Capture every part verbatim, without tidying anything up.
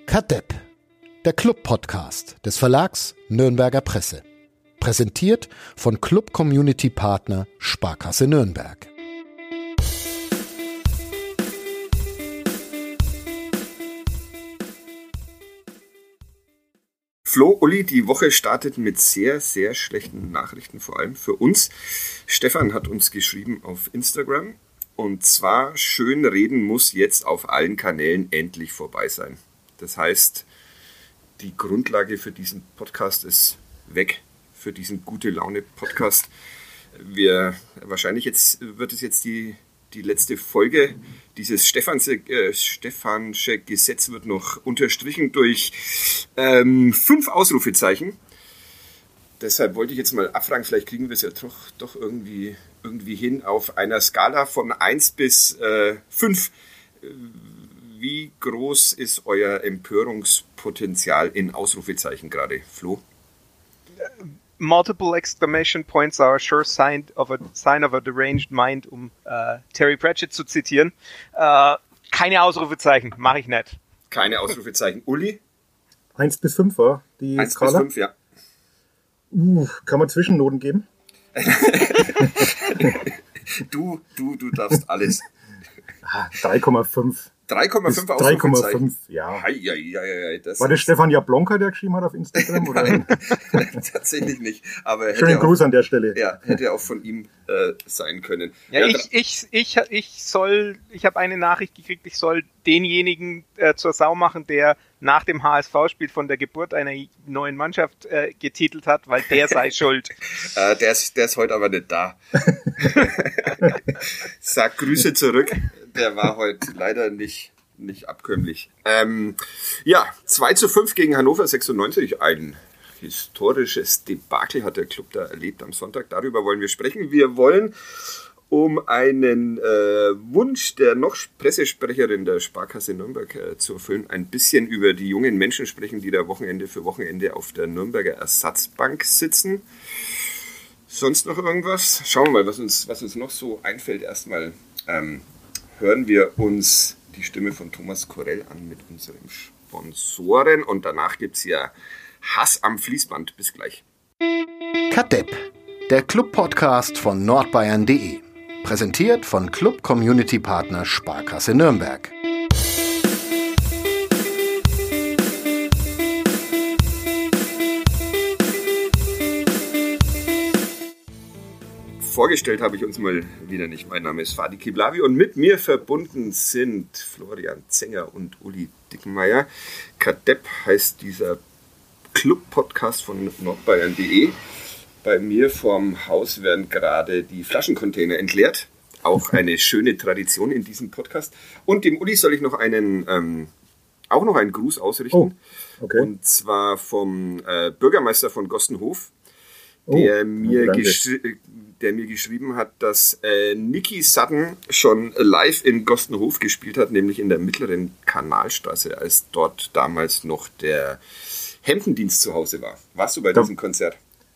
Kadepp, der Club-Podcast des Verlags Nürnberger Presse. Präsentiert von Club-Community-Partner Sparkasse Nürnberg. Flo, Uli, die Woche startet mit sehr, sehr schlechten Nachrichten, vor allem für uns. Stefan hat uns geschrieben auf Instagram, und zwar: schön reden muss jetzt auf allen Kanälen endlich vorbei sein. Das heißt, die Grundlage für diesen Podcast ist weg, für diesen Gute-Laune-Podcast. Wir, wahrscheinlich jetzt wird es jetzt die, die letzte Folge. Dieses Stephansche, äh, Stephansche Gesetz wird noch unterstrichen durch ähm, fünf Ausrufezeichen. Deshalb wollte ich jetzt mal abfragen, vielleicht kriegen wir es ja doch, doch irgendwie, irgendwie hin auf einer Skala von eins bis fünf. Wie groß ist euer Empörungspotenzial in Ausrufezeichen gerade, Flo? Multiple exclamation points are a sure sign of a sign of a deranged mind, um uh, Terry Pratchett zu zitieren. Uh, keine Ausrufezeichen, mache ich nicht. Keine Ausrufezeichen. Uli? eins bis fünf war die eins Skala? bis fünf, ja. Uh, kann man Zwischennoten geben? du, du, du darfst alles. drei Komma fünf. drei Komma fünf drei Komma fünf, ja. Hei, hei, hei, das War das Stefan Jablonka, der geschrieben hat auf Instagram? Oder? Nein, tatsächlich nicht. Aber Schönen hätte Gruß auch, an der Stelle. Ja, hätte auch von ihm äh, sein können. Ja, ich, ich, ich, ich soll, ich habe eine Nachricht gekriegt, ich soll denjenigen äh, zur Sau machen, der nach dem H S V-Spiel von der Geburt einer neuen Mannschaft äh, getitelt hat, weil der sei schuld. Äh, der, ist, der ist heute aber nicht da. Sag Grüße zurück. Der war heute leider nicht, nicht abkömmlich. Ähm, ja, zwei zu fünf gegen Hannover sechsundneunzig. Ein historisches Debakel hat der Club da erlebt am Sonntag. Darüber wollen wir sprechen. Wir wollen um einen äh, Wunsch der noch Pressesprecherin der Sparkasse Nürnberg äh, zu erfüllen, ein bisschen über die jungen Menschen sprechen, die da Wochenende für Wochenende auf der Nürnberger Ersatzbank sitzen. Sonst noch irgendwas? Schauen wir mal, was uns, was uns noch so einfällt. Erstmal ähm, hören wir uns die Stimme von Thomas Korell an mit unserem Sponsoren, und danach gibt es ja Hass am Fließband. Bis gleich. Kadepp, der Club-Podcast von nordbayern punkt de. Präsentiert von Club-Community-Partner Sparkasse Nürnberg. Vorgestellt habe ich uns mal wieder nicht. Mein Name ist Fadi Kiblavi und mit mir verbunden sind Florian Zenger und Uli Dickenmeier. Kadepp heißt dieser Club-Podcast von nordbayern punkt de. Bei mir vorm Haus werden gerade die Flaschencontainer entleert. Auch eine schöne Tradition in diesem Podcast. Und dem Uli soll ich noch einen, ähm, auch noch einen Gruß ausrichten. Oh, okay. Und zwar vom äh, Bürgermeister von Gostenhof, der, oh, mir geschri- der mir geschrieben hat, dass äh, Niki Sutton schon live in Gostenhof gespielt hat, nämlich in der mittleren Kanalstraße, als dort damals noch der Hemdendienst zu Hause war. Warst du bei da, diesem Konzert?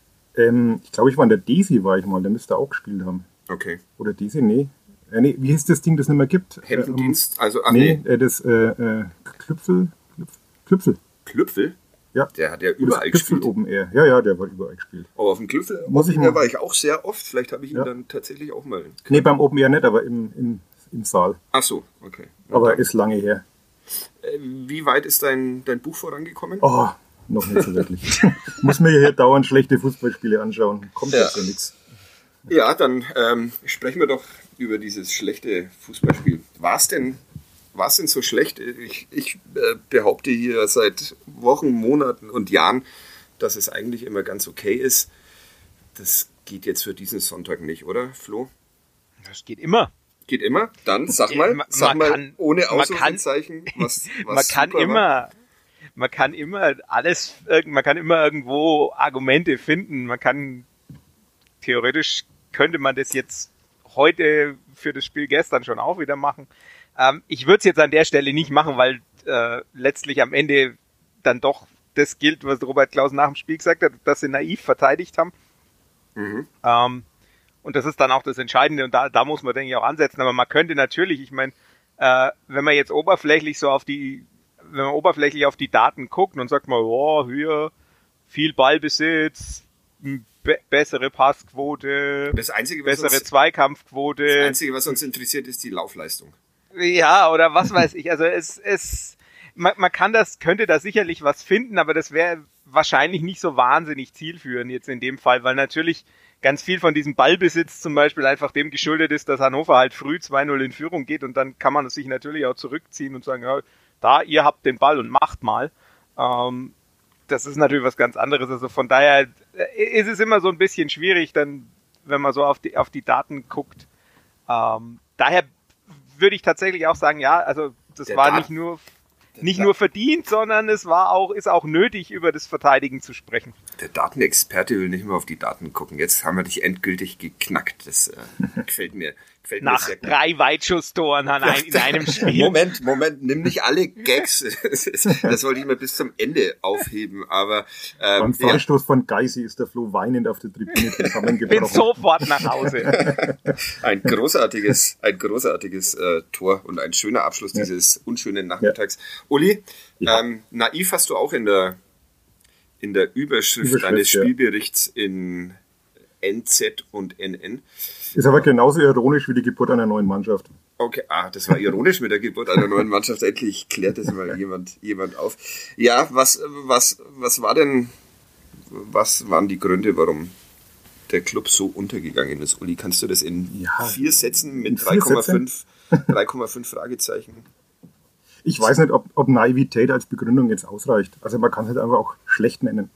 Ähm, ich glaube, ich war in der Desi, war ich mal. Der müsste auch gespielt haben. Okay. Oder Desi? Nee. Äh, nee. Wie hieß das Ding, das nicht mehr gibt? Hemdendienst? Äh, um, also, ach nee, nee. Äh, das äh, äh, Klüpfel. Klüpfel. Klüpfel? Ja. Der hat ja überall Klüpfel gespielt. Open Air. Ja, ja, der war überall gespielt. Aber auf dem Klüpfel Muss ich Open Air mal. war ich auch sehr oft. Vielleicht habe ich ihn Ja. dann tatsächlich auch mal. Nee, beim Open Air nicht, aber im, im, im Saal. Ach so, okay. Aber dann, ist lange her. äh, wie weit ist dein, dein Buch vorangekommen? Oh, noch nicht so wirklich. Muss mir hier dauernd schlechte Fußballspiele anschauen. Kommt Ja. jetzt ja nichts. Ja, dann ähm, sprechen wir doch über dieses schlechte Fußballspiel. War es denn, war's denn so schlecht? Ich, ich äh, behaupte hier seit Wochen, Monaten und Jahren, dass es eigentlich immer ganz okay ist. Das geht jetzt für diesen Sonntag nicht, oder, Flo? Das geht immer. Geht immer? Dann sag mal, Man sag mal kann- ohne man kann- Ausrufezeichen, was, was man kann super war. immer, man kann immer alles, irg- man kann immer irgendwo Argumente finden. Man kann, theoretisch könnte man das jetzt heute für das Spiel gestern schon auch wieder machen. Ähm, ich würde es jetzt an der Stelle nicht machen, weil äh, letztlich am Ende dann doch das gilt, was Robert Klaus nach dem Spiel gesagt hat, dass sie naiv verteidigt haben. Mhm. Ähm, und das ist dann auch das Entscheidende, und da, da muss man, denke ich, auch ansetzen. Aber man könnte natürlich, ich meine, äh, wenn man jetzt oberflächlich so auf die, wenn man oberflächlich auf die Daten guckt und sagt mal, oh, hier viel Ballbesitz, be- bessere Passquote, Das Einzige, was bessere uns, Zweikampfquote. das Einzige, was uns interessiert, ist die Laufleistung. Ja, oder was weiß ich. Also es, es, man, man kann das, könnte da sicherlich was finden, aber das wäre wahrscheinlich nicht so wahnsinnig zielführend jetzt in dem Fall, weil natürlich ganz viel von diesem Ballbesitz zum Beispiel einfach dem geschuldet ist, dass Hannover halt früh zwei null in Führung geht und dann kann man sich natürlich auch zurückziehen und sagen, ja, da, ihr habt den Ball und macht mal. Ähm, das ist natürlich was ganz anderes. Also von daher ist es immer so ein bisschen schwierig, dann, wenn man so auf die, auf die Daten guckt. Ähm, daher würde ich tatsächlich auch sagen, ja, also das Der war Dat- nicht nur nicht nur verdient, sondern es war auch, ist auch nötig, über das Verteidigen zu sprechen. Der Datenexperte will nicht mehr auf die Daten gucken. Jetzt haben wir dich endgültig geknackt. Das äh, gefällt mir. Gefällt mir Nach sehr gut. drei Weitschusstoren an ein, in einem Spiel. Moment, Moment, nimm nicht alle Gags. Das wollte ich mir bis zum Ende aufheben. Aber ähm, Beim ja, Freistoß von Geisi ist der Flo weinend auf der Tribüne Bin zusammengebrochen. sofort nach Hause. ein großartiges, ein großartiges äh, Tor und ein schöner Abschluss Ja. dieses unschönen Nachmittags. Uli, Ja. ähm, naiv hast du auch in der in der Überschrift, Überschrift, deines ja. Spielberichts in N Z und N N. Ist aber genauso ironisch wie die Geburt einer neuen Mannschaft. Okay, ah, das war ironisch mit der Geburt einer neuen Mannschaft. Endlich klärt das mal jemand, jemand auf. Ja, was, was, was war denn, was waren die Gründe, warum der Club so untergegangen ist? Uli, kannst du das in Ja, vier Sätzen mit in vier drei Komma fünf drei Komma fünf Fragezeichen? Ich weiß nicht, ob, ob Naivität als Begründung jetzt ausreicht. Also man kann es halt einfach auch schlecht nennen.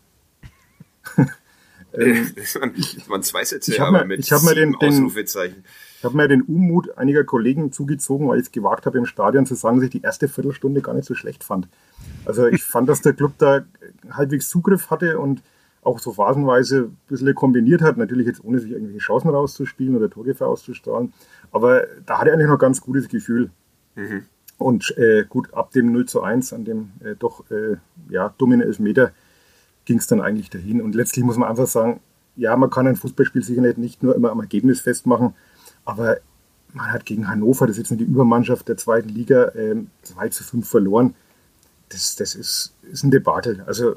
ähm, Das waren, das waren zwei Sätze, ich hab aber mir- mit ich hab mir sieben den- den- Ausrufezeichen. Ich habe mir den Unmut einiger Kollegen zugezogen, weil ich es gewagt habe, im Stadion zu sagen, dass ich die erste Viertelstunde gar nicht so schlecht fand. Also ich fand, dass der Club da halbwegs Zugriff hatte und auch so phasenweise ein bisschen kombiniert hat. Natürlich jetzt ohne sich irgendwelche Chancen rauszuspielen oder Torgefahr auszustrahlen. Aber da hatte ich eigentlich noch ein ganz gutes Gefühl. Mhm. Und äh, gut, ab dem null zu eins, an dem äh, doch äh, ja, dummen Elfmeter, ging es dann eigentlich dahin. Und letztlich muss man einfach sagen, ja, man kann ein Fußballspiel sicher nicht nur immer am Ergebnis festmachen, aber man hat gegen Hannover, das ist jetzt nicht die Übermannschaft der zweiten Liga, ähm, zwei zu fünf verloren. Das, das ist, ist ein Debakel. Also,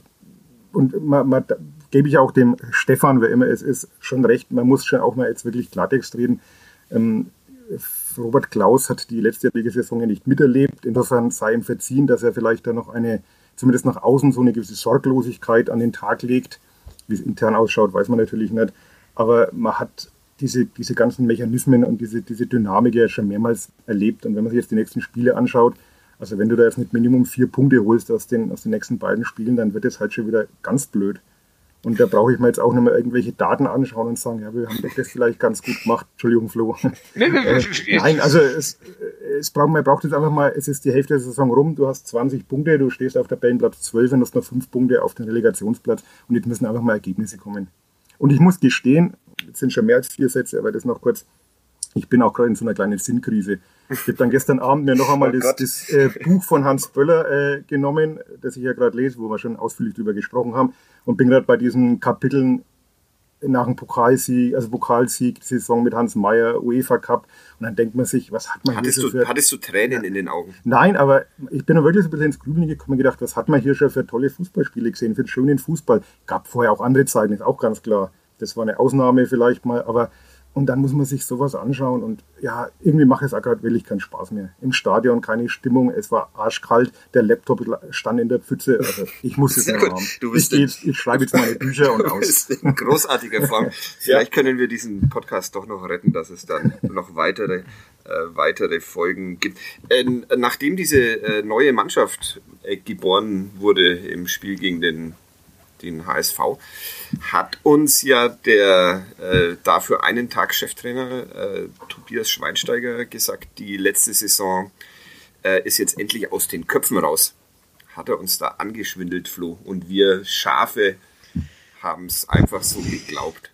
und man, man, da gebe ich auch dem Stefan, wer immer es ist, schon recht, man muss schon auch mal jetzt wirklich Klartext reden. Ähm, Robert Klaus hat die letztjährige Saison ja nicht miterlebt. Insofern sei ihm verziehen, dass er vielleicht da noch eine, zumindest nach außen, so eine gewisse Sorglosigkeit an den Tag legt. Wie es intern ausschaut, weiß man natürlich nicht. Aber man hat diese, diese ganzen Mechanismen und diese, diese Dynamik ja schon mehrmals erlebt. Und wenn man sich jetzt die nächsten Spiele anschaut, also wenn du da jetzt nicht Minimum vier Punkte holst aus den, aus den nächsten beiden Spielen, dann wird es halt schon wieder ganz blöd. Und da brauche ich mir jetzt auch nicht mehr irgendwelche Daten anschauen und sagen, ja, wir haben das vielleicht ganz gut gemacht. Entschuldigung, Flo. äh, nein, also es, es braucht, man braucht jetzt einfach mal, es ist die Hälfte der Saison rum, du hast zwanzig Punkte, du stehst auf Tabellenplatz zwölf und hast noch fünf Punkte auf den Relegationsplatz und jetzt müssen einfach mal Ergebnisse kommen. Und ich muss gestehen, jetzt sind schon mehr als vier Sätze, aber das noch kurz, ich bin auch gerade in so einer kleinen Sinnkrise. Ich habe dann gestern Abend mir noch einmal Oh das, Gott. das äh, Buch von Hans Böller äh, genommen, das ich ja gerade lese, wo wir schon ausführlich drüber gesprochen haben, und bin gerade bei diesen Kapiteln nach dem Pokalsieg, also Pokalsieg, die Saison mit Hans Meyer, UEFA Cup, und dann denkt man sich, was hat man Hattest hier schon du, für... hattest du Tränen in den Augen? Nein, aber ich bin da wirklich so ein bisschen ins Grübeln gekommen und gedacht, was hat man hier schon für tolle Fußballspiele gesehen, für einen schönen Fußball. Gab vorher auch andere Zeiten, ist auch ganz klar. Das war eine Ausnahme vielleicht mal, aber und dann muss man sich sowas anschauen und ja, irgendwie macht es auch gerade wirklich keinen Spaß mehr. Im Stadion keine Stimmung, es war arschkalt, der Laptop stand in der Pfütze, also ich muss es Sehr nicht gut. haben. Du Ich, bist geh jetzt, ich schreibe jetzt meine Bücher und Du aus. bist in großartiger Form. Vielleicht können wir diesen Podcast doch noch retten, dass es dann noch weitere, äh, weitere Folgen gibt. Äh, nachdem diese äh, neue Mannschaft äh, geboren wurde im Spiel gegen den, den H S V, hat uns ja der äh, dafür einen Tag Cheftrainer äh, Tobias Schweinsteiger gesagt, die letzte Saison äh, ist jetzt endlich aus den Köpfen raus. Hat er uns da angeschwindelt, Flo. Und wir Schafe haben es einfach so geglaubt.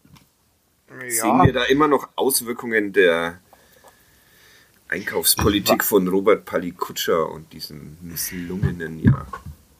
Sehen wir da immer noch Auswirkungen der Einkaufspolitik von Robert Palikutscher und diesem misslungenen Jahr?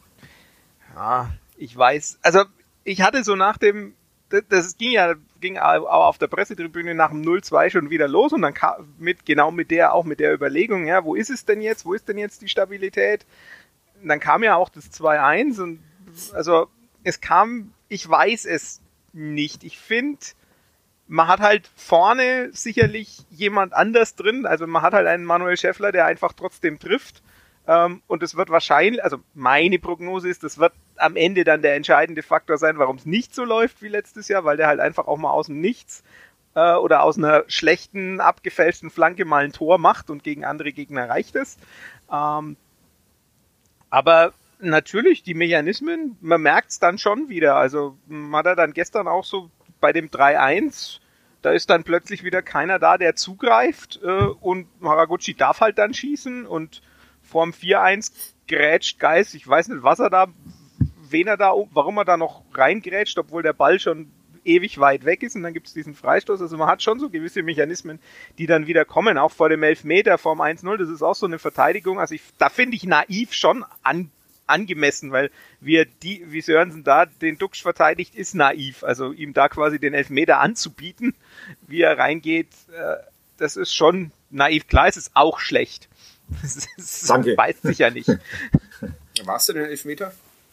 Ja, ich weiß. Also ich hatte so nach dem, das, das ging ja ging auch auf der Pressetribüne nach dem null zwei schon wieder los und dann kam mit genau mit der auch mit der Überlegung, ja, wo ist es denn jetzt? Wo ist denn jetzt die Stabilität? dann kam ja auch das zwei eins und also es kam, ich weiß es nicht. Ich finde, man hat halt vorne sicherlich jemand anders drin. Also man hat halt einen Manuel Schäffler, der einfach trotzdem trifft. Ähm, und es wird wahrscheinlich, also meine Prognose ist, das wird am Ende dann der entscheidende Faktor sein, warum es nicht so läuft wie letztes Jahr, weil der halt einfach auch mal aus dem Nichts äh, oder aus einer schlechten, abgefälschten Flanke mal ein Tor macht und gegen andere Gegner reicht es. Ähm, aber natürlich, die Mechanismen, man merkt es dann schon wieder. Also man hat er dann gestern auch so bei dem drei eins, da ist dann plötzlich wieder keiner da, der zugreift äh, und Haraguchi darf halt dann schießen und vorm vier eins grätscht Geis, ich weiß nicht, was er da, wen er da, warum er da noch reingrätscht, obwohl der Ball schon ewig weit weg ist und dann gibt es diesen Freistoß. Also man hat schon so gewisse Mechanismen, die dann wieder kommen, auch vor dem Elfmeter, vorm eins null, das ist auch so eine Verteidigung. Also ich, da finde ich naiv schon an angemessen, weil wie, er die, wie Sörensen da den Duxch verteidigt, ist naiv. Also ihm da quasi den Elfmeter anzubieten, wie er reingeht, äh, das ist schon naiv. Klar, es ist auch schlecht. Das Danke. Beißt sich ja nicht. Warst du denn Elfmeter?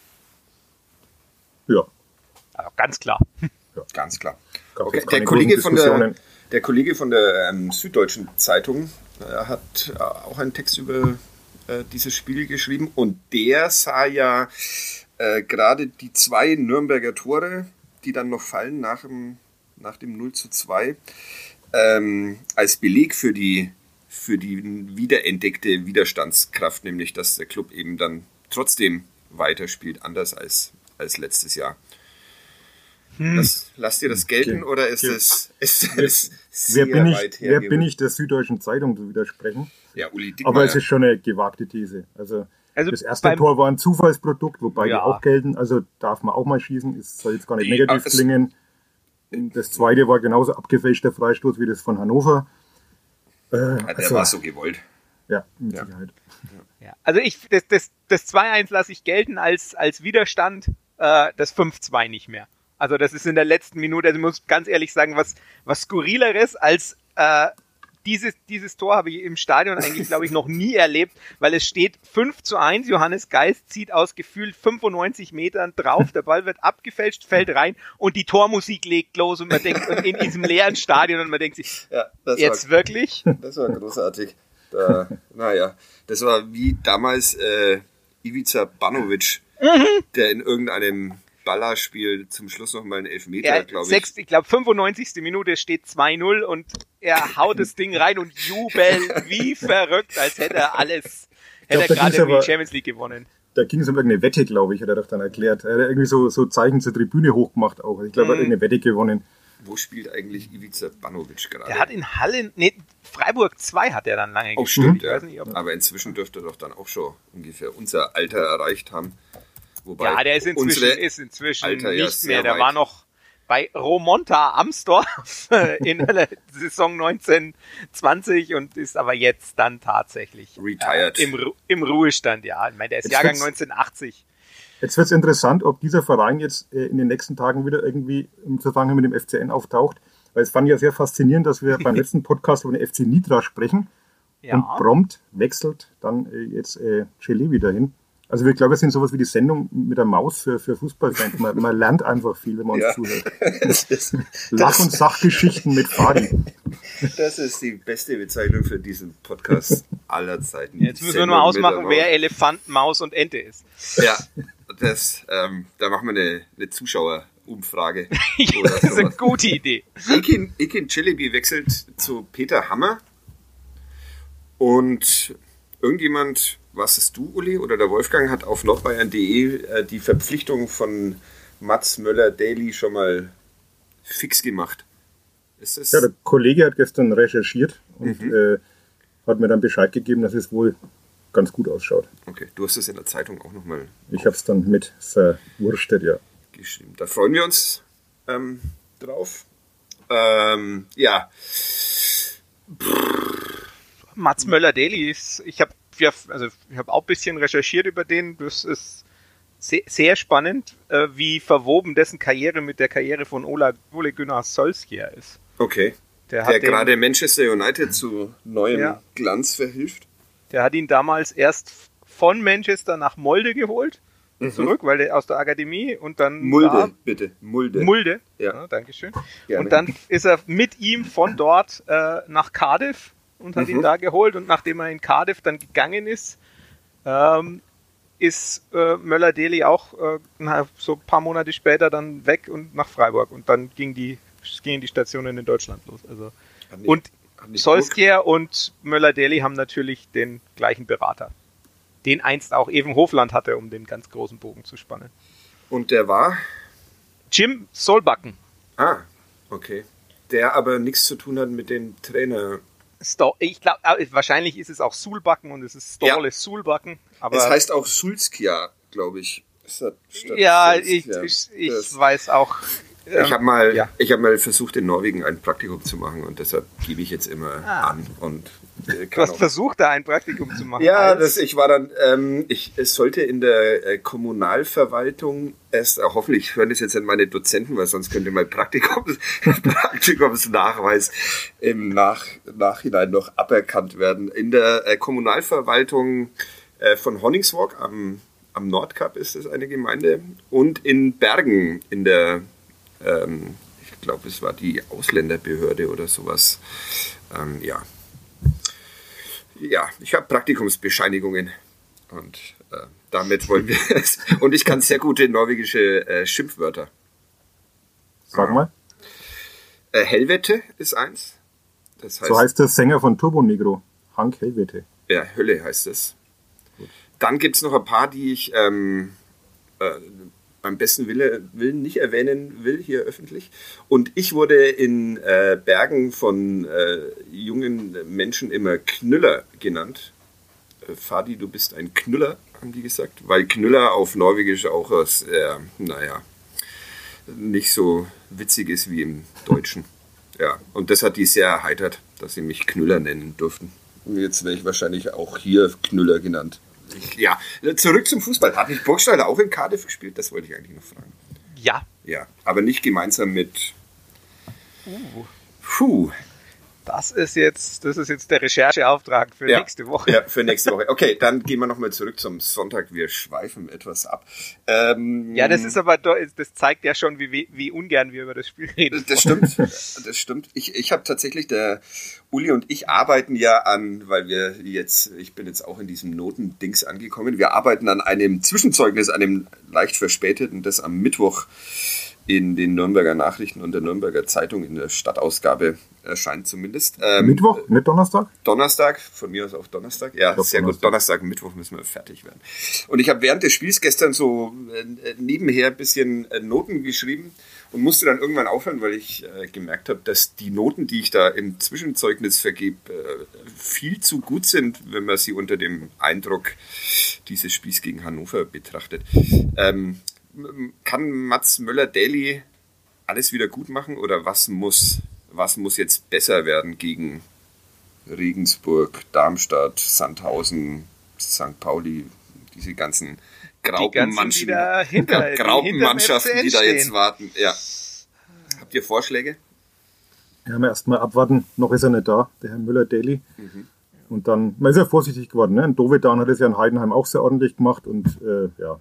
Ja. Also ganz klar. Ja. Ganz klar. Gab's Okay. jetzt Der, keine Kollege großen von der, Diskussionen. der Kollege von der ähm, Süddeutschen Zeitung äh, hat äh, auch einen Text über äh, dieses Spiel geschrieben und der sah ja äh, gerade die zwei Nürnberger Tore, die dann noch fallen nach dem, nach dem null zu zwei, ähm, als Beleg für die, für die wiederentdeckte Widerstandskraft, nämlich dass der Club eben dann trotzdem weiterspielt, anders als, als letztes Jahr. Hm. Das, lasst ihr das gelten okay. oder ist okay. es ist das wer, sehr bin ich, weit wer bin ich, der Süddeutschen Zeitung zu widersprechen? Ja, Uli Dickmeyer. Aber es ist schon eine gewagte These. Also, also das erste beim, Tor war ein Zufallsprodukt, wobei ja. die auch gelten. Also darf man auch mal schießen. Es soll jetzt gar nicht negativ ja, klingen. Das zweite war genauso abgefälschter Freistoß wie das von Hannover. Äh, ja, der also, war so gewollt. Ja, mit ja. Sicherheit. Ja. Also ich, das, das, das zwei eins lasse ich gelten als, als Widerstand, äh, das fünf zwei nicht mehr. Also das ist in der letzten Minute, also ich muss ganz ehrlich sagen, was, was Skurrileres als äh, dieses, dieses Tor habe ich im Stadion eigentlich, glaube ich, noch nie erlebt, weil es steht fünf zu eins, Johannes Geis zieht aus gefühlt fünfundneunzig Metern drauf, der Ball wird abgefälscht, fällt rein und die Tormusik legt los und man denkt, in diesem leeren Stadion und man denkt sich, ja, das jetzt war, wirklich? Das war großartig. Da, naja, das war wie damals äh, Ivica Banovic, mhm. der in irgendeinem Ballerspiel zum Schluss noch mal einen Elfmeter, ja, glaube ich. Ich glaube, fünfundneunzigste Minute steht zwei null und er haut das Ding rein und jubelt wie verrückt, als hätte er alles, hätte glaub, er gerade die Champions League gewonnen. Da ging es um irgendeine Wette, glaube ich, hat er doch dann erklärt. Er hat irgendwie so, so Zeichen zur Tribüne hochgemacht auch. Ich glaube, er hat irgendeine Wette gewonnen. Wo spielt eigentlich Ivica Banovic gerade? Der hat in Halle, nee, Freiburg zwei hat er dann lange oh, gespielt. Stimmt, ja. nicht, aber inzwischen dürfte er doch dann auch schon ungefähr unser Alter erreicht haben. Wobei ja, der ist inzwischen, ist inzwischen Alter, nicht ja, mehr. Der weit. war noch bei Romonta Amsdorf in der Saison neunzehn zwanzig und ist aber jetzt dann tatsächlich retired. Äh, im, im Ruhestand. Ja, ich meine, der ist jetzt Jahrgang neunzehnhundertachtzig. Jetzt wird es interessant, ob dieser Verein jetzt äh, in den nächsten Tagen wieder irgendwie im Zusammenhang mit dem F C N auftaucht. Weil es fand ich ja sehr faszinierend, dass wir beim letzten Podcast über den F C Nitra sprechen. Ja. Und prompt wechselt dann äh, jetzt äh, Chile wieder hin. Also wir glauben, wir sind sowas wie die Sendung mit der Maus für, für Fußballfans. Man, man lernt einfach viel, wenn man uns ja. zuhört. Das ist, Lach- und Sachgeschichten mit Fadi. Das ist die beste Bezeichnung für diesen Podcast aller Zeiten. Jetzt müssen wir nur ausmachen, wer Elefant, Maus und Ente ist. Ja, das, ähm, da machen wir eine, eine Zuschauerumfrage. Ja, das ist eine gute Idee. Ekin, Ekin Celebi wechselt zu Peter Hammer und irgendjemand... Was ist du, Uli, oder der Wolfgang hat auf nordbayern punkt de äh, die Verpflichtung von Mats Möller-Daly schon mal fix gemacht. Ist das? Ja, der Kollege hat gestern recherchiert und mhm. äh, hat mir dann Bescheid gegeben, dass es wohl ganz gut ausschaut. Okay, du hast es in der Zeitung auch nochmal. Ich habe es dann mit verwurstet, ja. Geschrieben. Da freuen wir uns ähm, drauf. Ähm, ja. Mats Möller-Daly ist, ich habe Ja, also ich habe auch ein bisschen recherchiert über den. Das ist sehr, sehr spannend, äh, wie verwoben dessen Karriere mit der Karriere von Ola, Ole Gunnar Solskjaer ist. Okay. Der, der gerade den, Manchester United zu neuem ja. Glanz verhilft. Der hat ihn damals erst von Manchester nach Molde geholt, Mhm. zurück, weil der aus der Akademie und dann Mulde, da, bitte. Mulde. Mulde, Ja. ja, Dankeschön. Gerne. Und dann ist er mit ihm von dort äh, nach Cardiff und hat Mhm. ihn da geholt und nachdem er in Cardiff dann gegangen ist, ähm, ist äh, Möller-Deli auch äh, na, so ein paar Monate später dann weg und nach Freiburg und dann ging die, gingen die Stationen in Deutschland los. Also. Hat nicht- Und hat nicht Solskjaer und Möller-Deli haben natürlich den gleichen Berater, den einst auch Even Hofland hatte, um den ganz großen Bogen zu spannen. Und der war? Jim Solbakken. Ah, okay. Der aber nichts zu tun hat mit dem Trainer. Sto- ich glaube, wahrscheinlich ist es auch Sulbacken und es ist Storle Ja. Sulbacken. Aber Es heißt auch Sulskia, glaube ich. Statt, statt ja, ich, Solskjaer. ich, ich Das- weiß auch. Ich habe mal, ja. ich hab mal versucht, in Norwegen ein Praktikum zu machen und deshalb gebe ich jetzt immer Ah. an. Und, äh, Du kann hast auch- versucht, da ein Praktikum zu machen. ja, als- das, ich war dann, ähm, ich, es sollte in der äh, Kommunalverwaltung erst, äh, hoffentlich hören das jetzt an meine Dozenten, weil sonst könnte mein Praktikums, Praktikumsnachweis im Nach, Nachhinein noch aberkannt werden. In der äh, Kommunalverwaltung äh, von Honningsvåg am, am Nordkap ist es eine Gemeinde und in Bergen in der, ähm, ich glaube, es war die Ausländerbehörde oder sowas. Ähm, ja. Ja, ich habe Praktikumsbescheinigungen und äh, damit wollen wir es. Und ich kann sehr gute norwegische äh, Schimpfwörter. Sag mal. Äh, Helvete ist eins. Das heißt, So heißt der Sänger von Turbo Negro. Hank Helvete. ja, Hölle heißt es. Dann gibt es noch ein paar, die ich ähm, äh, beim besten Wille, Willen nicht erwähnen will hier öffentlich. Und ich wurde in äh, Bergen von äh, jungen Menschen immer Knüller genannt. Äh, Fadi, du bist ein Knüller, haben die gesagt. Weil Knüller auf Norwegisch auch was, äh, naja, nicht so witzig ist wie im Deutschen. Ja, und das hat die sehr erheitert, dass sie mich Knüller nennen durften. Jetzt wäre ich wahrscheinlich auch hier Knüller genannt. Ja, zurück zum Fußball. Hat nicht Burgstaller auch in Cardiff gespielt? Das wollte ich eigentlich noch fragen. Ja. Ja, aber nicht gemeinsam mit... Uh, Puh. das ist jetzt, das ist jetzt der Rechercheauftrag für Ja. nächste Woche. Ja, für nächste Woche. Okay, dann gehen wir nochmal zurück zum Sonntag. Wir schweifen etwas ab. Ähm, Ja, das ist aber, do- das zeigt ja schon, wie, wie ungern wir über das Spiel reden. Das stimmt, das stimmt. Ich, ich habe tatsächlich, der Uli und ich arbeiten ja an, weil wir jetzt, ich bin jetzt auch in diesem Notendings angekommen, wir arbeiten an einem Zwischenzeugnis, einem leicht verspäteten, das am Mittwoch in den Nürnberger Nachrichten und der Nürnberger Zeitung in der Stadtausgabe erscheint zumindest. Ähm, Mittwoch, nicht Donnerstag? Donnerstag, von mir aus auch Donnerstag. Ja, glaub, sehr Donnerstag. gut. Donnerstag, Mittwoch müssen wir fertig werden. Und ich habe während des Spiels gestern so äh, nebenher ein bisschen äh, Noten geschrieben und musste dann irgendwann aufhören, weil ich äh, gemerkt habe, dass die Noten, die ich da im Zwischenzeugnis vergebe, äh, viel zu gut sind, wenn man sie unter dem Eindruck dieses Spiels gegen Hannover betrachtet. Ähm, kann Mats Möller-Deli alles wieder gut machen oder was muss, was muss jetzt besser werden gegen Regensburg, Darmstadt, Sandhausen, Sankt Pauli, diese ganzen ganzen, die da hinter- die Graupenmannschaften, hinterm die da F C jetzt stehen. warten. Ja. Habt ihr Vorschläge? Ja, wir erstmal abwarten. Noch ist er nicht da, der Herr Müller-Daly. Mhm. Und dann, man ist ja vorsichtig geworden. Ne? In Dovedan hat es ja in Heidenheim auch sehr ordentlich gemacht. Und äh, ja,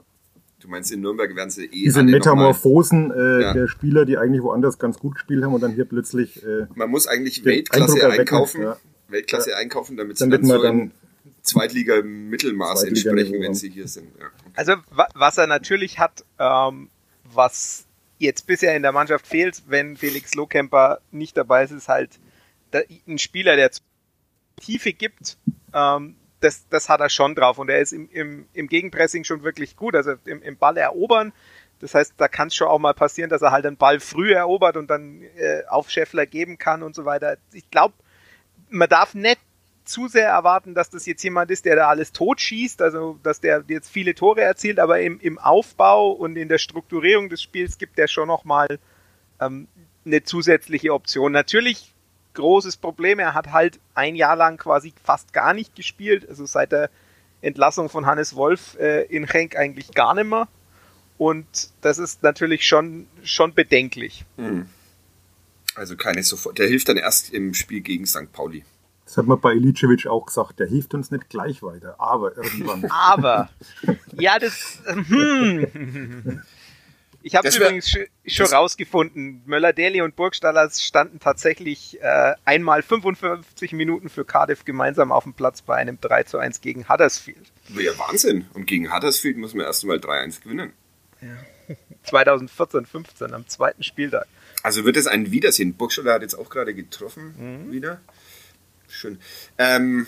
Du meinst, in Nürnberg werden sie eh diese alle Metamorphosen äh, Ja. der Spieler, die eigentlich woanders ganz gut gespielt haben und dann hier plötzlich äh, nochmal- Man muss eigentlich den Weltklasse Eindruck erwecken, einkaufen, ja. Weltklasse einkaufen, damit sie Damit dann man so dann im Zweitliga-Mittelmaß Zweitliga-Niveau entsprechen, wenn haben. sie hier sind. Ja. Also wa- was er natürlich hat, ähm, was jetzt bisher in der Mannschaft fehlt, wenn Felix Lohkemper nicht dabei ist, ist halt da, ein Spieler, der Tiefe gibt. Ähm, das, das hat er schon drauf und er ist im, im, im Gegenpressing schon wirklich gut, also im, im Ball erobern. Das heißt, da kann es schon auch mal passieren, dass er halt den Ball früh erobert und dann äh, auf Scheffler geben kann und so weiter. Ich glaube, man darf nicht zu sehr erwarten, dass das jetzt jemand ist, der da alles totschießt, also dass der jetzt viele Tore erzielt, aber im, im Aufbau und in der Strukturierung des Spiels gibt er schon nochmal ähm, eine zusätzliche Option. Natürlich großes Problem, er hat halt ein Jahr lang quasi fast gar nicht gespielt, also seit der Entlassung von Hannes Wolf äh, in Genk eigentlich gar nicht mehr und das ist natürlich schon, schon bedenklich. Hm. Also keine sofort. Der hilft dann erst im Spiel gegen Sankt Pauli. Das hat man bei Ilicevic auch gesagt, der hilft uns nicht gleich weiter, aber irgendwann. Aber, ja, das, hm. Ich habe übrigens wär, schon rausgefunden, Möller-Daly und Burgstaller standen tatsächlich äh, einmal fünfundfünfzig Minuten für Cardiff gemeinsam auf dem Platz bei einem drei zu eins gegen Huddersfield. Ja, Wahnsinn. Und gegen Huddersfield muss man erst einmal drei eins gewinnen. Ja. zweitausendvierzehn fünfzehn am zweiten Spieltag. Also wird es ein Wiedersehen. Burgstaller hat jetzt auch gerade getroffen, mhm. wieder. Schön. Ähm,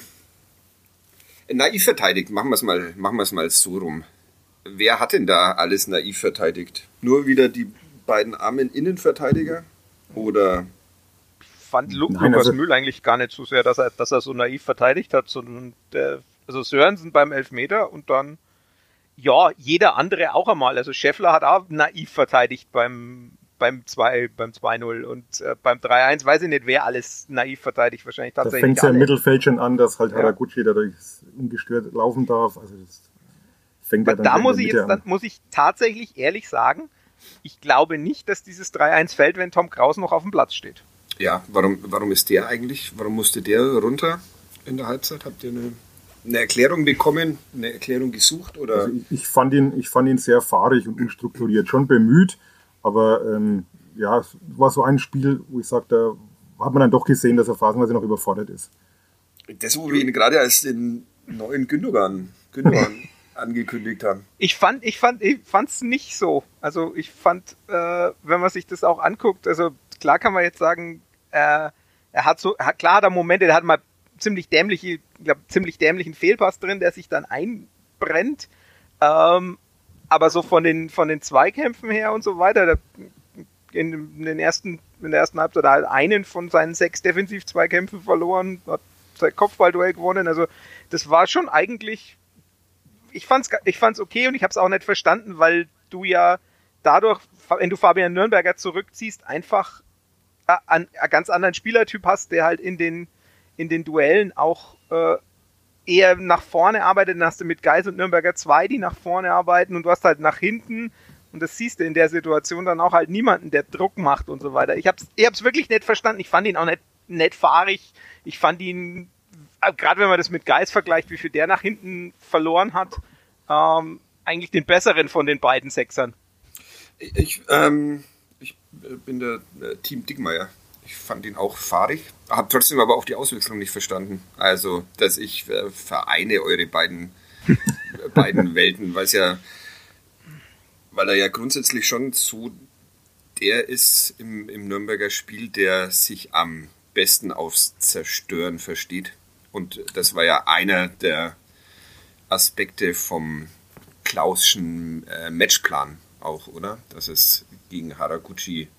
naiv verteidigt, machen wir es mal, machen wir es mal so rum. Wer hat denn da alles naiv verteidigt? Nur wieder die beiden armen Innenverteidiger? Oder? Ich fand Lu- Nein, Lukas also Mühl eigentlich gar nicht so sehr, dass er, dass er so naiv verteidigt hat, sondern der, also Sörensen beim Elfmeter und dann, ja, jeder andere auch einmal. Also Scheffler hat auch naiv verteidigt beim beim zwei, beim zwei null und äh, beim drei eins weiß ich nicht, wer alles naiv verteidigt, wahrscheinlich tatsächlich. Da fängt es ja im Mittelfeld schon an, dass halt ja. Haraguchi dadurch ungestört laufen darf. Also das fängt ja dann da muss ich jetzt, dann muss ich tatsächlich ehrlich sagen, ich glaube nicht, dass dieses drei eins fällt, wenn Tom Kraus noch auf dem Platz steht. Ja, warum, warum ist der eigentlich, warum musste der runter in der Halbzeit? Habt ihr eine, eine Erklärung bekommen, eine Erklärung gesucht? Oder? Also ich, ich, fand ihn, ich fand ihn sehr fahrig und unstrukturiert, schon bemüht. Aber ähm, ja, es war so ein Spiel, wo ich sage, da hat man dann doch gesehen, dass er phasenweise noch überfordert ist. Das, wo wir ihn gerade als den neuen Gündogan, Gündogan angekündigt haben. Ich fand, ich fand, ich fand's nicht so. Also ich fand, äh, wenn man sich das auch anguckt, also klar kann man jetzt sagen, äh, er hat so, hat, klar hat er Momente, der hat mal ziemlich dämliche, ich glaube, ziemlich dämlichen Fehlpass drin, der sich dann einbrennt. Ähm, Aber so von den, von den Zweikämpfen her und so weiter, der, in, den ersten, in der ersten Halbzeit hat er einen von seinen sechs Defensiv-Zweikämpfen verloren, hat sein Kopfballduell gewonnen. Also das war schon eigentlich, ich fand's, ich fand's okay und ich habe es auch nicht verstanden, weil du ja dadurch, wenn du Fabian Nürnberger zurückziehst, einfach einen, einen ganz anderen Spielertyp hast, der halt in den, in den Duellen auch äh, eher nach vorne arbeitet, dann hast du mit Geis und Nürnberger zwei, die nach vorne arbeiten und du hast halt nach hinten, und das siehst du in der Situation dann auch halt niemanden, der Druck macht und so weiter. Ich hab's, ich hab's wirklich nicht verstanden, ich fand ihn auch nicht, nicht fahrig, ich fand ihn, gerade wenn man das mit Geis vergleicht, wie viel der nach hinten verloren hat, ähm, eigentlich den besseren von den beiden Sechsern. Ich, ähm, ich bin der äh, Team Dickmeyer. Ich fand ihn auch fahrig, habe trotzdem aber auch die Auswechslung nicht verstanden. Also, dass ich äh, vereine eure beiden, beiden Welten, weil es ja, weil er ja grundsätzlich schon so der ist im, im Nürnberger Spiel, der sich am besten aufs Zerstören versteht. Und das war ja einer der Aspekte vom Klauschen äh, Matchplan auch, oder? Dass es gegen Haraguchi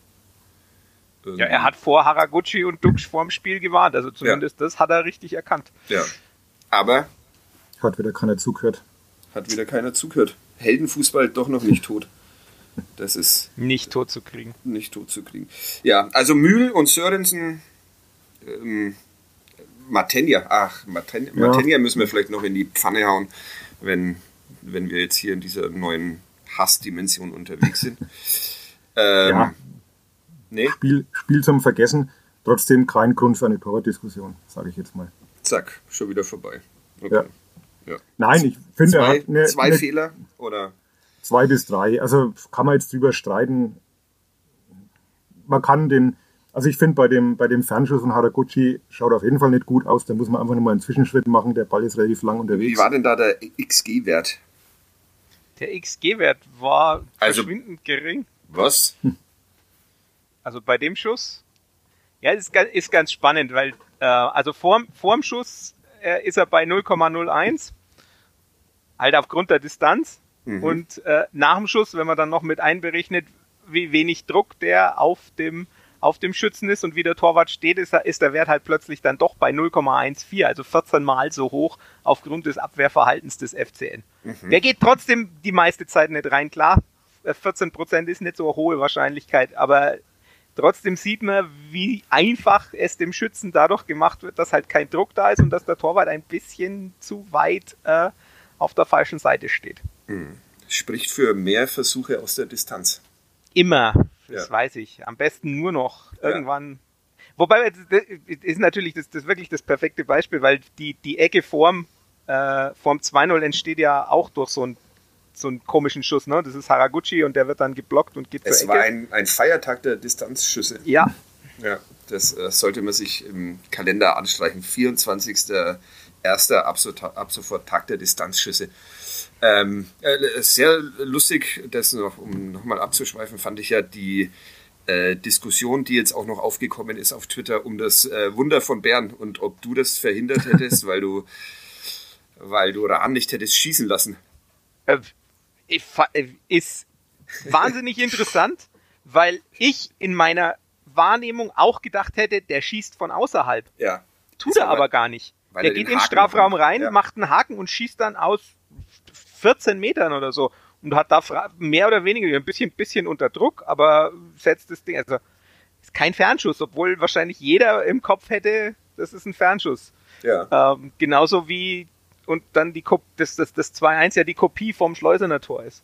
Ja, er hat vor Haraguchi und Dux vorm Spiel gewarnt, also zumindest ja. Das hat er richtig erkannt. Ja, aber hat wieder keiner zugehört. Hat wieder keiner zugehört. Heldenfußball doch noch nicht tot. Das ist nicht tot zu kriegen. Nicht tot zu kriegen. Ja, also Mühl und Sörensen, ähm, Matenja, ach, Matenja, ja. Matenja müssen wir vielleicht noch in die Pfanne hauen, wenn, wenn wir jetzt hier in dieser neuen Hassdimension unterwegs sind. Ähm, ja. Nee. Spiel, Spiel zum Vergessen, trotzdem kein Grund für eine Torwartdiskussion, sage ich jetzt mal. Zack, schon wieder vorbei. Okay. Ja. Ja. Nein, ich finde, zwei, er hat eine, zwei eine, Fehler oder? Zwei bis drei, also kann man jetzt drüber streiten. Man kann den, also ich finde bei dem, bei dem Fernschuss von Haraguchi schaut auf jeden Fall nicht gut aus, da muss man einfach nochmal einen Zwischenschritt machen, der Ball ist relativ lang unterwegs. Wie war denn da der X G-Wert? Der X G-Wert war also, verschwindend gering. Was? Also bei dem Schuss, ja, ist, ist ganz spannend, weil äh, also vor, vor dem Schuss äh, ist er bei null Komma null eins, halt aufgrund der Distanz. Mhm. Und äh, nach dem Schuss, wenn man dann noch mit einberechnet, wie wenig Druck der auf dem, auf dem Schützen ist und wie der Torwart steht, ist, ist der Wert halt plötzlich dann doch bei null Komma vierzehn, also vierzehn Mal so hoch aufgrund des Abwehrverhaltens des F C N. Mhm. Der geht trotzdem die meiste Zeit nicht rein, klar, vierzehn Prozent ist nicht so eine hohe Wahrscheinlichkeit, aber trotzdem sieht man, wie einfach es dem Schützen dadurch gemacht wird, dass halt kein Druck da ist und dass der Torwart ein bisschen zu weit äh, auf der falschen Seite steht. Hm. Spricht für mehr Versuche aus der Distanz. Immer, das ja. weiß ich. Am besten nur noch irgendwann. Ja. Wobei, das ist natürlich das, das wirklich das perfekte Beispiel, weil die, die Ecke vorm, äh, vorm zwei null entsteht ja auch durch so, ein, so einen komischen Schuss, ne? Das ist Haraguchi und der wird dann geblockt und geht es zur Ecke. Es war ein, ein Feiertag der Distanzschüsse. Ja. Ja, das äh, sollte man sich im Kalender anstreichen. vierundzwanzigster erster ab, so, ab sofort Tag der Distanzschüsse. Ähm, äh, sehr lustig, das noch, um nochmal abzuschweifen, fand ich ja die äh, Diskussion, die jetzt auch noch aufgekommen ist auf Twitter um das äh, Wunder von Bern und ob du das verhindert hättest, weil du weil du Rahn nicht hättest schießen lassen. Äh, ist wahnsinnig interessant, weil ich in meiner Wahrnehmung auch gedacht hätte, der schießt von außerhalb. Ja. Tut er aber gar nicht. Der geht in den Strafraum rein, ja. macht einen Haken und schießt dann aus vierzehn Metern oder so. Und hat da mehr oder weniger ein bisschen, bisschen unter Druck, aber setzt das Ding. Also ist kein Fernschuss, obwohl wahrscheinlich jeder im Kopf hätte, das ist ein Fernschuss. Ja. Ähm, genauso wie und dann die Kop- das, das, das zwei eins ja die Kopie vom Schleusener Tor ist.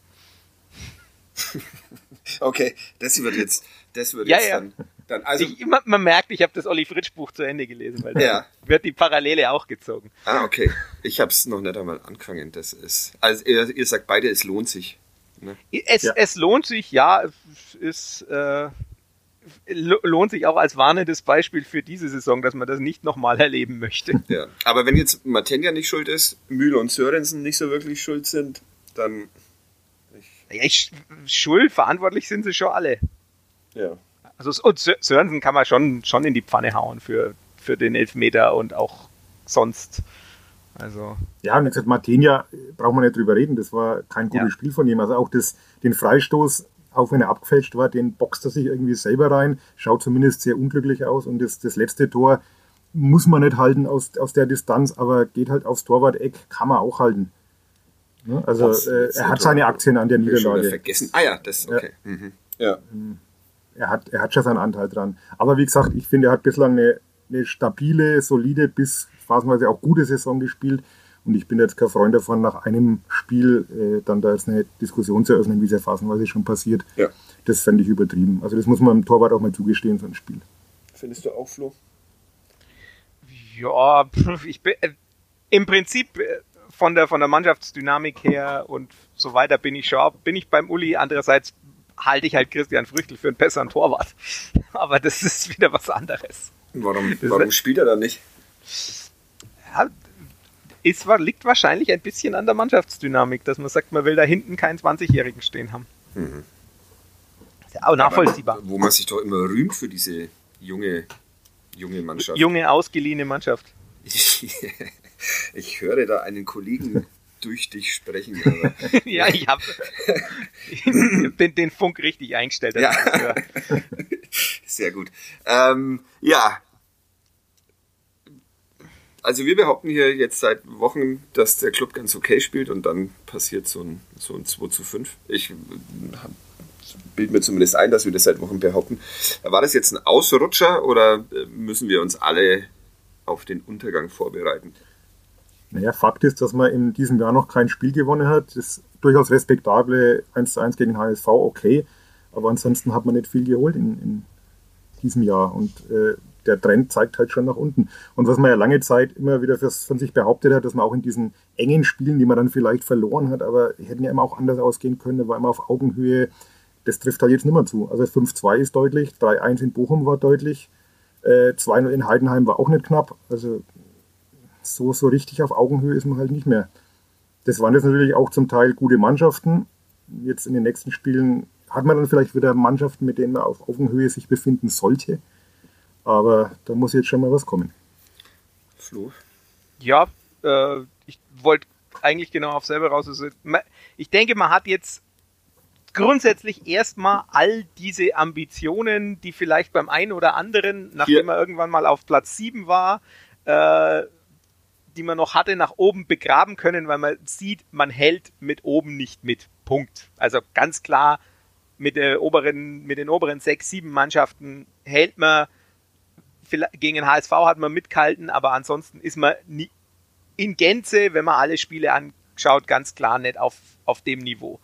Okay, das wird jetzt, das wird ja, jetzt ja. dann, dann also ich, man, man merkt, ich habe das Olli Fritsch Buch zu Ende gelesen, weil ja. da wird die Parallele auch gezogen. Ah, okay. Ich habe es noch nicht einmal angefangen. Das ist, also ihr, ihr sagt beide, es lohnt sich. Ne? Es, ja. es lohnt sich, ja, es ist, äh, lohnt sich auch als warnendes Beispiel für diese Saison, dass man das nicht nochmal erleben möchte. Ja. Aber wenn jetzt Matenja nicht schuld ist, Mühl und Sörensen nicht so wirklich schuld sind, dann... Ja, ich, schuld, verantwortlich sind sie schon alle. Ja. Also und Sörensen kann man schon, schon in die Pfanne hauen für, für den Elfmeter und auch sonst. Also. Ja, und jetzt Matenja, brauchen wir nicht drüber reden, das war kein gutes ja. Spiel von ihm. Also auch das, den Freistoß, auch wenn er abgefälscht war, den boxt er sich irgendwie selber rein, schaut zumindest sehr unglücklich aus. Und das, das letzte Tor muss man nicht halten aus, aus der Distanz, aber geht halt aufs Torwart-Eck, kann man auch halten. Also äh, er hat seine Aktien an der Niederlage. Vergessen. Ah ja, das okay. Ja. Mhm. Ja. Er hat, er hat schon seinen Anteil dran. Aber wie gesagt, ich finde, er hat bislang eine, eine stabile, solide bis phasenweise auch gute Saison gespielt. Und ich bin jetzt kein Freund davon, nach einem Spiel äh, dann da jetzt eine Diskussion zu eröffnen, wie es ja phasenweise schon passiert. Ja. Das fände ich übertrieben. Also das muss man dem Torwart auch mal zugestehen, so ein Spiel. Findest du auch, Flo? Ja, ich bin äh, im Prinzip... Äh, Von der, von der Mannschaftsdynamik her und so weiter bin ich schon, bin ich beim Uli. Andererseits halte ich halt Christian Früchtl für einen besseren Torwart. Aber das ist wieder was anderes. Warum, warum spielt er dann nicht? Ja, ist, liegt wahrscheinlich ein bisschen an der Mannschaftsdynamik, dass man sagt, man will da hinten keinen zwanzigjährigen stehen haben. Mhm. Ist ja auch nachvollziehbar. Aber, wo man sich doch immer rühmt für diese junge, junge Mannschaft. Junge, ausgeliehene Mannschaft. Ich höre da einen Kollegen durch dich sprechen. Aber ja, ich habe den, den Funk richtig eingestellt. Ja. Sehr gut. Ähm, ja. Also wir behaupten hier jetzt seit Wochen, dass der Club ganz okay spielt und dann passiert so ein, so ein zwei zu fünf. Ich bilde mir zumindest ein, dass wir das seit Wochen behaupten. War das jetzt ein Ausrutscher oder müssen wir uns alle auf den Untergang vorbereiten? Naja, Fakt ist, dass man in diesem Jahr noch kein Spiel gewonnen hat. Das ist durchaus respektable eins zu eins gegen H S V, okay. Aber ansonsten hat man nicht viel geholt in, in diesem Jahr. Und äh, der Trend zeigt halt schon nach unten. Und was man ja lange Zeit immer wieder fürs, von sich behauptet hat, dass man auch in diesen engen Spielen, die man dann vielleicht verloren hat, aber hätten ja immer auch anders ausgehen können, da war immer auf Augenhöhe. Das trifft halt jetzt nicht mehr zu. Also fünf zwei ist deutlich, drei eins in Bochum war deutlich, äh, zwei null in Heidenheim war auch nicht knapp. Also so, so richtig auf Augenhöhe ist man halt nicht mehr. Das waren jetzt natürlich auch zum Teil gute Mannschaften. Jetzt in den nächsten Spielen hat man dann vielleicht wieder Mannschaften, mit denen man auf Augenhöhe sich befinden sollte. Aber da muss jetzt schon mal was kommen. Flo? Ja, äh, ich wollte eigentlich genau auf selber raus. Also, ich denke, man hat jetzt grundsätzlich erstmal all diese Ambitionen, die vielleicht beim einen oder anderen, nachdem er irgendwann mal auf Platz sieben war, äh, die man noch hatte, nach oben begraben können, weil man sieht, man hält mit oben nicht mit. Punkt. Also ganz klar, mit, der oberen, mit den oberen sechs, sieben Mannschaften hält man, gegen den H S V hat man mitgehalten, aber ansonsten ist man nie, in Gänze, wenn man alle Spiele anschaut, ganz klar nicht auf, auf dem Niveau.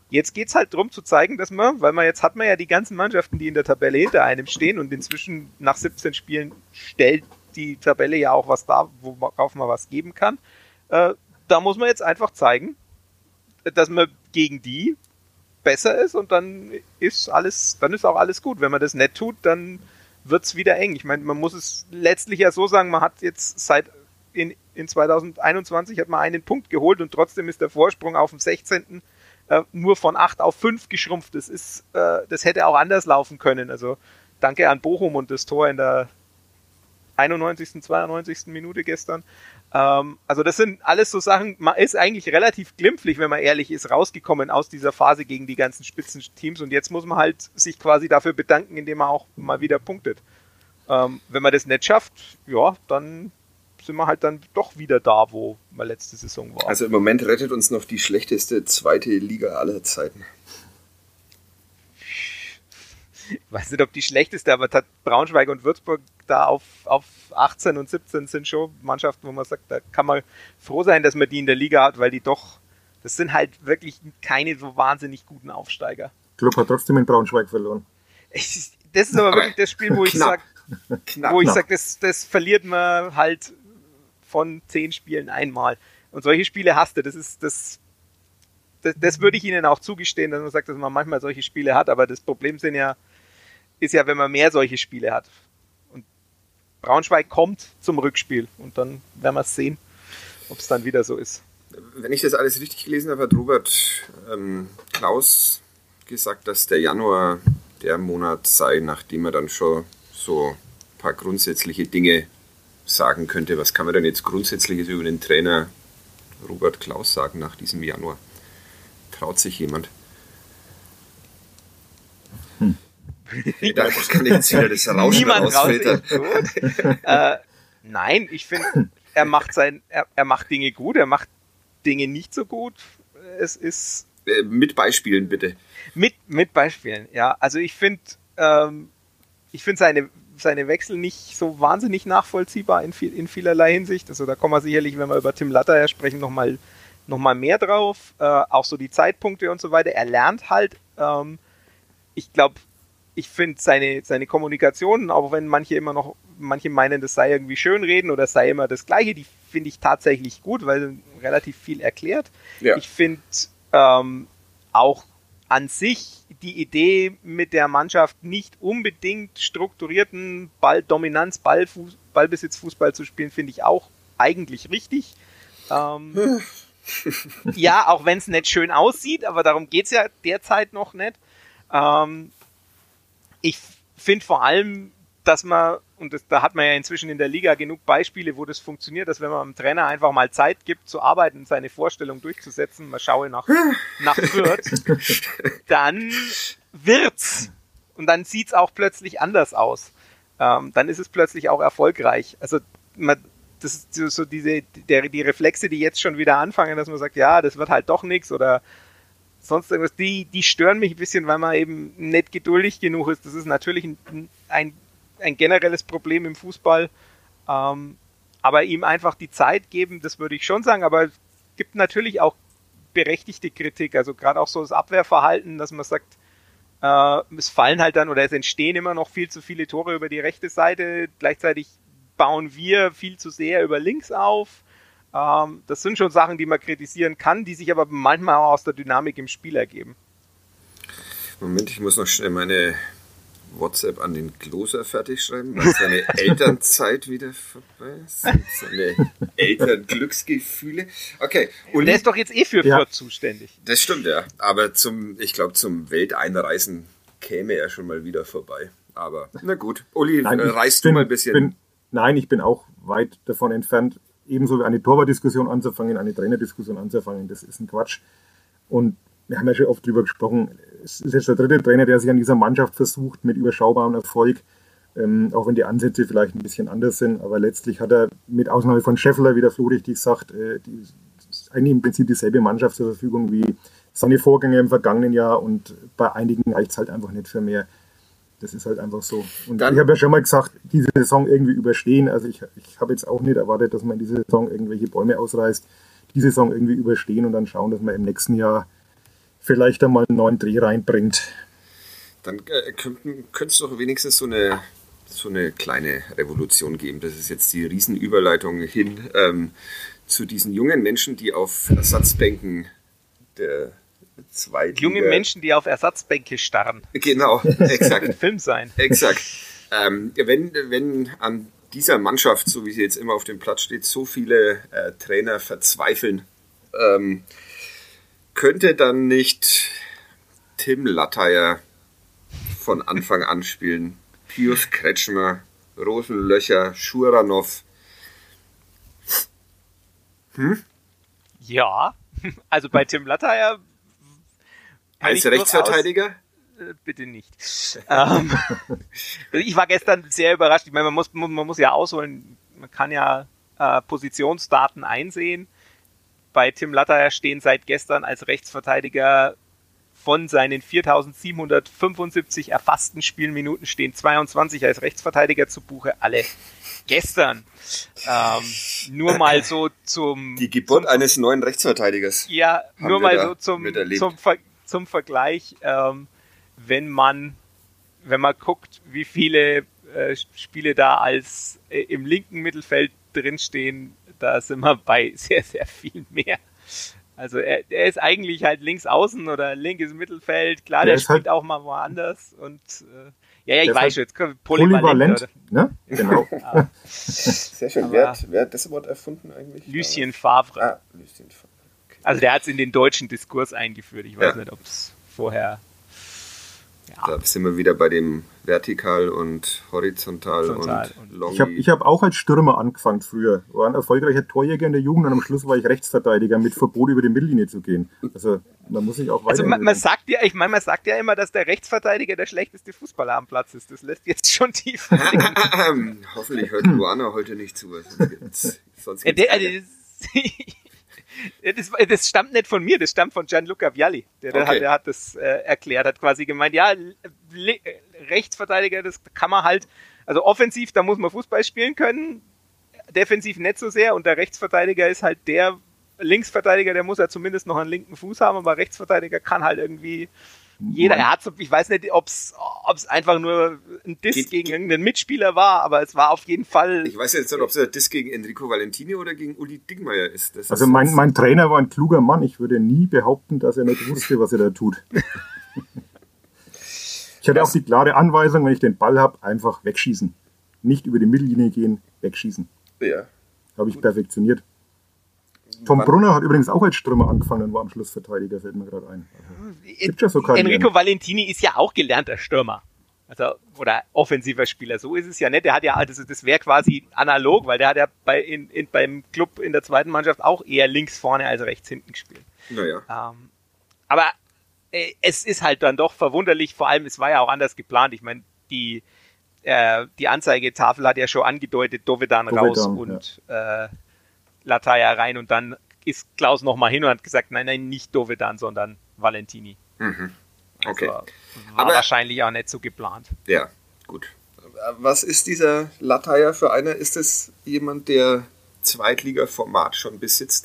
Jetzt geht's halt darum zu zeigen, dass man, weil man jetzt hat man ja die ganzen Mannschaften, die in der Tabelle hinter einem stehen und inzwischen nach siebzehn Spielen stellt die Tabelle ja auch was dar, worauf man was geben kann. Äh, da muss man jetzt einfach zeigen, dass man gegen die besser ist und dann ist alles, dann ist auch alles gut. Wenn man das nicht tut, dann wird's wieder eng. Ich meine, man muss es letztlich ja so sagen, man hat jetzt seit in, in zwanzig einundzwanzig hat man einen Punkt geholt und trotzdem ist der Vorsprung auf dem sechzehnten Äh, nur von acht auf fünf geschrumpft. Das ist, äh, das hätte auch anders laufen können. Also danke an Bochum und das Tor in der einundneunzigsten, zweiundneunzigsten Minute gestern. Ähm, also das sind alles so Sachen, man ist eigentlich relativ glimpflich, wenn man ehrlich ist, rausgekommen aus dieser Phase gegen die ganzen Spitzenteams und jetzt muss man halt sich quasi dafür bedanken, indem man auch mal wieder punktet. Ähm, wenn man das nicht schafft, ja, dann sind wir halt dann doch wieder da, wo wir letzte Saison waren. Also im Moment rettet uns noch die schlechteste zweite Liga aller Zeiten. Ich weiß nicht, ob die schlechteste, aber Braunschweig und Würzburg da auf, auf achtzehn und siebzehn sind schon Mannschaften, wo man sagt, da kann man froh sein, dass man die in der Liga hat, weil die doch, das sind halt wirklich keine so wahnsinnig guten Aufsteiger. Club hat trotzdem in Braunschweig verloren. Ich, das ist aber, aber wirklich das Spiel, wo ich sage, wo ich sage, das, das verliert man halt von zehn Spielen einmal. Und solche Spiele hast du. Das ist das, das, das würde ich Ihnen auch zugestehen, dass man sagt, dass man manchmal solche Spiele hat, aber das Problem sind ja, ist ja, wenn man mehr solche Spiele hat. Und Braunschweig kommt zum Rückspiel und dann werden wir es sehen, ob es dann wieder so ist. Wenn ich das alles richtig gelesen habe, hat Robert ähm, Klaus gesagt, dass der Januar der Monat sei, nachdem er dann schon so ein paar grundsätzliche Dinge sagen könnte. Was kann man denn jetzt Grundsätzliches über den Trainer Robert Klaus sagen nach diesem Januar? Traut sich jemand? Hm. Da kann ich jetzt wieder das Rauschen Niemand rausfiltern. äh, nein, ich finde, er macht sein, er, er macht Dinge gut, er macht Dinge nicht so gut. Es ist äh, mit Beispielen bitte. Mit mit Beispielen, ja. Also ich finde, ähm, ich finde seine seine Wechsel nicht so wahnsinnig nachvollziehbar in, viel, in vielerlei Hinsicht. Also da kommen wir sicherlich, wenn wir über Tim Latter sprechen, nochmal noch mal mehr drauf. Äh, auch so die Zeitpunkte und so weiter. Er lernt halt. Ähm, ich glaube, ich finde seine, seine Kommunikation, auch wenn manche immer noch, manche meinen, das sei irgendwie schönreden oder es sei immer das Gleiche, die finde ich tatsächlich gut, weil er relativ viel erklärt. Ja. Ich finde ähm, auch an sich die Idee mit der Mannschaft nicht unbedingt strukturierten Balldominanz, Ballfuß, Ballbesitzfußball zu spielen, finde ich auch eigentlich richtig. Ähm, ja, auch wenn es nicht schön aussieht, aber darum geht es ja derzeit noch nicht. Ähm, ich finde vor allem, dass man, und das, da hat man ja inzwischen in der Liga genug Beispiele, wo das funktioniert, dass wenn man dem Trainer einfach mal Zeit gibt, zu arbeiten, seine Vorstellung durchzusetzen, man schaue nach, nach Fürth, dann wird's. Und dann sieht's auch plötzlich anders aus. Ähm, dann ist es plötzlich auch erfolgreich. Also man, das ist so diese, der, die Reflexe, die jetzt schon wieder anfangen, dass man sagt, ja, das wird halt doch nichts oder sonst irgendwas, die, die stören mich ein bisschen, weil man eben nicht geduldig genug ist. Das ist natürlich ein, ein ein generelles Problem im Fußball, ähm, aber ihm einfach die Zeit geben, das würde ich schon sagen, aber es gibt natürlich auch berechtigte Kritik, also gerade auch so das Abwehrverhalten, dass man sagt, äh, es fallen halt dann oder es entstehen immer noch viel zu viele Tore über die rechte Seite, gleichzeitig bauen wir viel zu sehr über links auf. Ähm, das sind schon Sachen, die man kritisieren kann, die sich aber manchmal auch aus der Dynamik im Spiel ergeben. Moment, ich muss noch schnell meine WhatsApp an den Kloser fertig schreiben, weil seine Elternzeit wieder vorbei ist. Seine Elternglücksgefühle. Okay. Und der ist doch jetzt eh für ja. Fürth zuständig. Das stimmt, ja. Aber zum, ich glaube, zum Welteinreisen käme er schon mal wieder vorbei. Aber na gut. Uli, nein, reißt bin, du mal ein bisschen. Bin, nein, ich bin auch weit davon entfernt, ebenso eine Torwartdiskussion anzufangen, eine Trainerdiskussion anzufangen. Das ist ein Quatsch. Und wir haben ja schon oft drüber gesprochen, es ist jetzt der dritte Trainer, der sich an dieser Mannschaft versucht, mit überschaubarem Erfolg, ähm, auch wenn die Ansätze vielleicht ein bisschen anders sind, aber letztlich hat er mit Ausnahme von Scheffler, wie der Flo richtig sagt, äh, die, eigentlich im Prinzip dieselbe Mannschaft zur Verfügung wie seine Vorgänger im vergangenen Jahr und bei einigen reicht es halt einfach nicht für mehr. Das ist halt einfach so. Und Dann, ich habe ja schon mal gesagt, diese Saison irgendwie überstehen, also ich, ich habe jetzt auch nicht erwartet, dass man in dieser Saison irgendwelche Bäume ausreißt, die Saison irgendwie überstehen und dann schauen, dass man im nächsten Jahr vielleicht einmal einen neuen Dreh reinbringt. Dann äh, könnte es doch wenigstens so eine, so eine kleine Revolution geben. Das ist jetzt die Riesenüberleitung hin ähm, zu diesen jungen Menschen, die auf Ersatzbänken der Zweitliga... Junge Menschen, die auf Ersatzbänke starren. Genau, exakt. Ein Film sein. Exakt. Ähm, wenn, wenn an dieser Mannschaft, so wie sie jetzt immer auf dem Platz steht, so viele äh, Trainer verzweifeln, ähm, könnte dann nicht Tim Latteier von Anfang an spielen? Pius Kretschmer, Rosenlöcher, Schuranov. Hm? Ja, also bei Tim Latteier als Rechtsverteidiger? Durchaus, äh, bitte nicht. ähm, ich war gestern sehr überrascht. Ich meine, man muss, man muss ja ausholen, man kann ja äh, Positionsdaten einsehen. Bei Tim Latteier stehen seit gestern als Rechtsverteidiger von seinen viertausendsiebenhundertfünfundsiebzig erfassten Spielminuten stehen zweiundzwanzig als Rechtsverteidiger zu Buche, alle gestern. Ähm, nur mal so zum... Die Geburt zum, eines neuen Rechtsverteidigers. Ja, nur mal so zum, zum, Ver, zum Vergleich, ähm, wenn man wenn man guckt, wie viele äh, Spiele da als äh, im linken Mittelfeld drinstehen, da sind wir bei sehr, sehr viel mehr. Also er, er ist eigentlich halt links außen oder linkes Mittelfeld. Klar, der, der spielt halt auch mal woanders. Und äh, ja, ja, ich weiß schon, halt jetzt polyvalent. polyvalent ne? Genau. Ja. Sehr schön. Wer hat, wer hat das Wort erfunden eigentlich? Lucien Favre. Ah, Lucien Favre. Okay. Also der hat es in den deutschen Diskurs eingeführt. Ich weiß ja. nicht, ob es vorher... Ja. Da sind wir wieder bei dem Vertikal und Horizontal Total. und Longi. Ich habe ich hab auch als Stürmer angefangen früher. War ein erfolgreicher Torjäger in der Jugend und am Schluss war ich Rechtsverteidiger mit Verbot, über die Mittellinie zu gehen. Also da muss ich auch weiter. Also man, man sagt ja, ich meine, man sagt ja immer, dass der Rechtsverteidiger der schlechteste Fußballer am Platz ist. Das lässt jetzt schon tief blicken. Hoffentlich hört Luana heute nicht zu. Sonst gibt's, sonst gibt's der, also, Das, das stammt nicht von mir, das stammt von Gianluca Vialli. Der, der, okay. hat, der hat das äh, erklärt, hat quasi gemeint, ja, Le Rechtsverteidiger, das kann man halt, also offensiv, da muss man Fußball spielen können, defensiv nicht so sehr und der Rechtsverteidiger ist halt der Linksverteidiger, der muss ja zumindest noch einen linken Fuß haben, aber Rechtsverteidiger kann halt irgendwie jeder, er hat so, ich weiß nicht, ob es einfach nur ein Diss Geht, gegen irgendeinen Mitspieler war, aber es war auf jeden Fall... Ich weiß jetzt nicht, ob es ein Diss gegen Enrico Valentini oder gegen Uli Dickmeyer ist. Das also ist mein, mein Trainer war ein kluger Mann. Ich würde nie behaupten, dass er nicht wusste, was er da tut. Ich hatte was? auch die klare Anweisung, wenn ich den Ball habe, einfach wegschießen. Nicht über die Mittellinie gehen, wegschießen. Ja. Habe ich perfektioniert. Tom Brunner hat übrigens auch als Stürmer angefangen und war am Schluss Verteidiger, fällt mir gerade ein. Also, gibt ja so Enrico Valentini ist ja auch gelernter Stürmer. Also, oder offensiver Spieler, so ist es ja nicht. Der hat ja, also das wäre quasi analog, weil der hat ja bei, in, in, beim Club in der zweiten Mannschaft auch eher links vorne als rechts hinten gespielt. Naja. Ähm, aber äh, es ist halt dann doch verwunderlich, vor allem, es war ja auch anders geplant. Ich meine, die, äh, die Anzeigetafel hat ja schon angedeutet, Dovedan, Dovedan raus und ja. äh, Latteier rein und dann ist Klaus nochmal hin und hat gesagt, nein, nein, nicht Dovedan, sondern Valentini. Mhm. Okay. Also, war Aber, wahrscheinlich auch nicht so geplant. Ja, gut. Was ist dieser Latteier für einer? Ist es jemand, der Zweitliga-Format schon besitzt?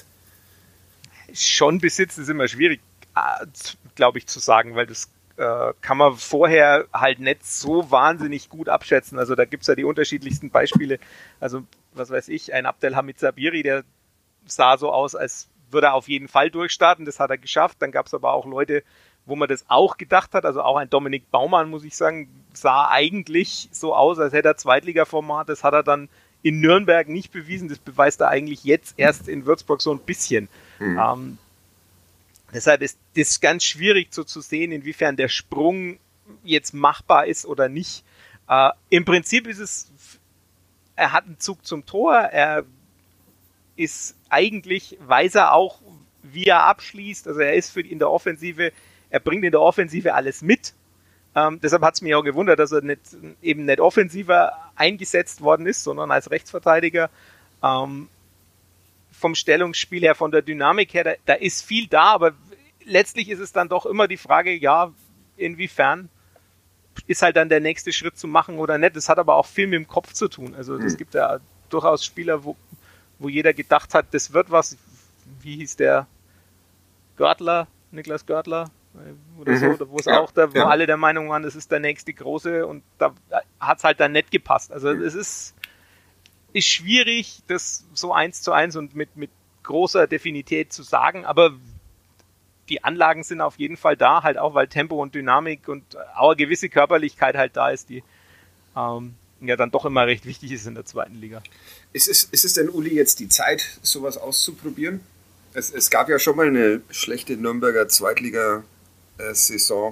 Schon besitzt ist immer schwierig, glaube ich, zu sagen, weil das äh, kann man vorher halt nicht so wahnsinnig gut abschätzen. Also da gibt es ja die unterschiedlichsten Beispiele. Also was weiß ich, ein Abdelhamid Sabiri, der sah so aus, als würde er auf jeden Fall durchstarten. Das hat er geschafft. Dann gab es aber auch Leute, wo man das auch gedacht hat. Also auch ein Dominik Baumann, muss ich sagen, sah eigentlich so aus, als hätte er Zweitliga-Format. Das hat er dann in Nürnberg nicht bewiesen. Das beweist er eigentlich jetzt erst in Würzburg so ein bisschen. Mhm. Ähm, deshalb ist das ganz schwierig so zu sehen, inwiefern der Sprung jetzt machbar ist oder nicht. Äh, im Prinzip ist es, er hat einen Zug zum Tor, er ist eigentlich, weiß er auch, wie er abschließt, also er ist für die, in der Offensive, er bringt in der Offensive alles mit. Ähm, deshalb hat es mich auch gewundert, dass er nicht, eben nicht offensiver eingesetzt worden ist, sondern als Rechtsverteidiger. Ähm, vom Stellungsspiel her, von der Dynamik her, da, da ist viel da, aber letztlich ist es dann doch immer die Frage, ja, inwiefern ist halt dann der nächste Schritt zu machen oder nicht. Das hat aber auch viel mit dem Kopf zu tun. Also es gibt ja durchaus Spieler, wo, wo jeder gedacht hat, das wird was. Wie hieß der? Görtler, Niklas Görtler, oder mhm. so, oder wo es ja, auch da, wo ja. alle der Meinung waren, das ist der nächste große und da hat es halt dann nicht gepasst. Also mhm. es ist, ist schwierig, das so eins zu eins und mit, mit großer Definität zu sagen, aber die Anlagen sind auf jeden Fall da, halt auch, weil Tempo und Dynamik und auch eine gewisse Körperlichkeit halt da ist, die ähm, ja dann doch immer recht wichtig ist in der zweiten Liga. Ist es, ist es denn, Uli, jetzt die Zeit, sowas auszuprobieren? Es, es gab ja schon mal eine schlechte Nürnberger Zweitliga-Saison,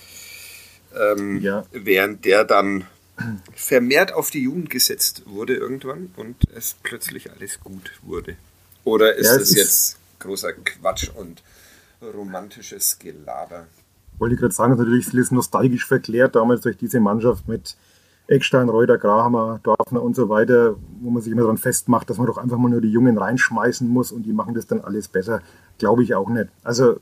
ähm, ja. während der dann vermehrt auf die Jugend gesetzt wurde irgendwann und es plötzlich alles gut wurde. Oder ist ja, das jetzt großer Quatsch und romantisches Gelaber? Wollte ich gerade sagen, natürlich vieles nostalgisch verklärt, damals durch diese Mannschaft mit Eckstein, Reuter, Grahammer, Dorfner und so weiter, wo man sich immer daran festmacht, dass man doch einfach mal nur die Jungen reinschmeißen muss und die machen das dann alles besser. Glaube ich auch nicht. Also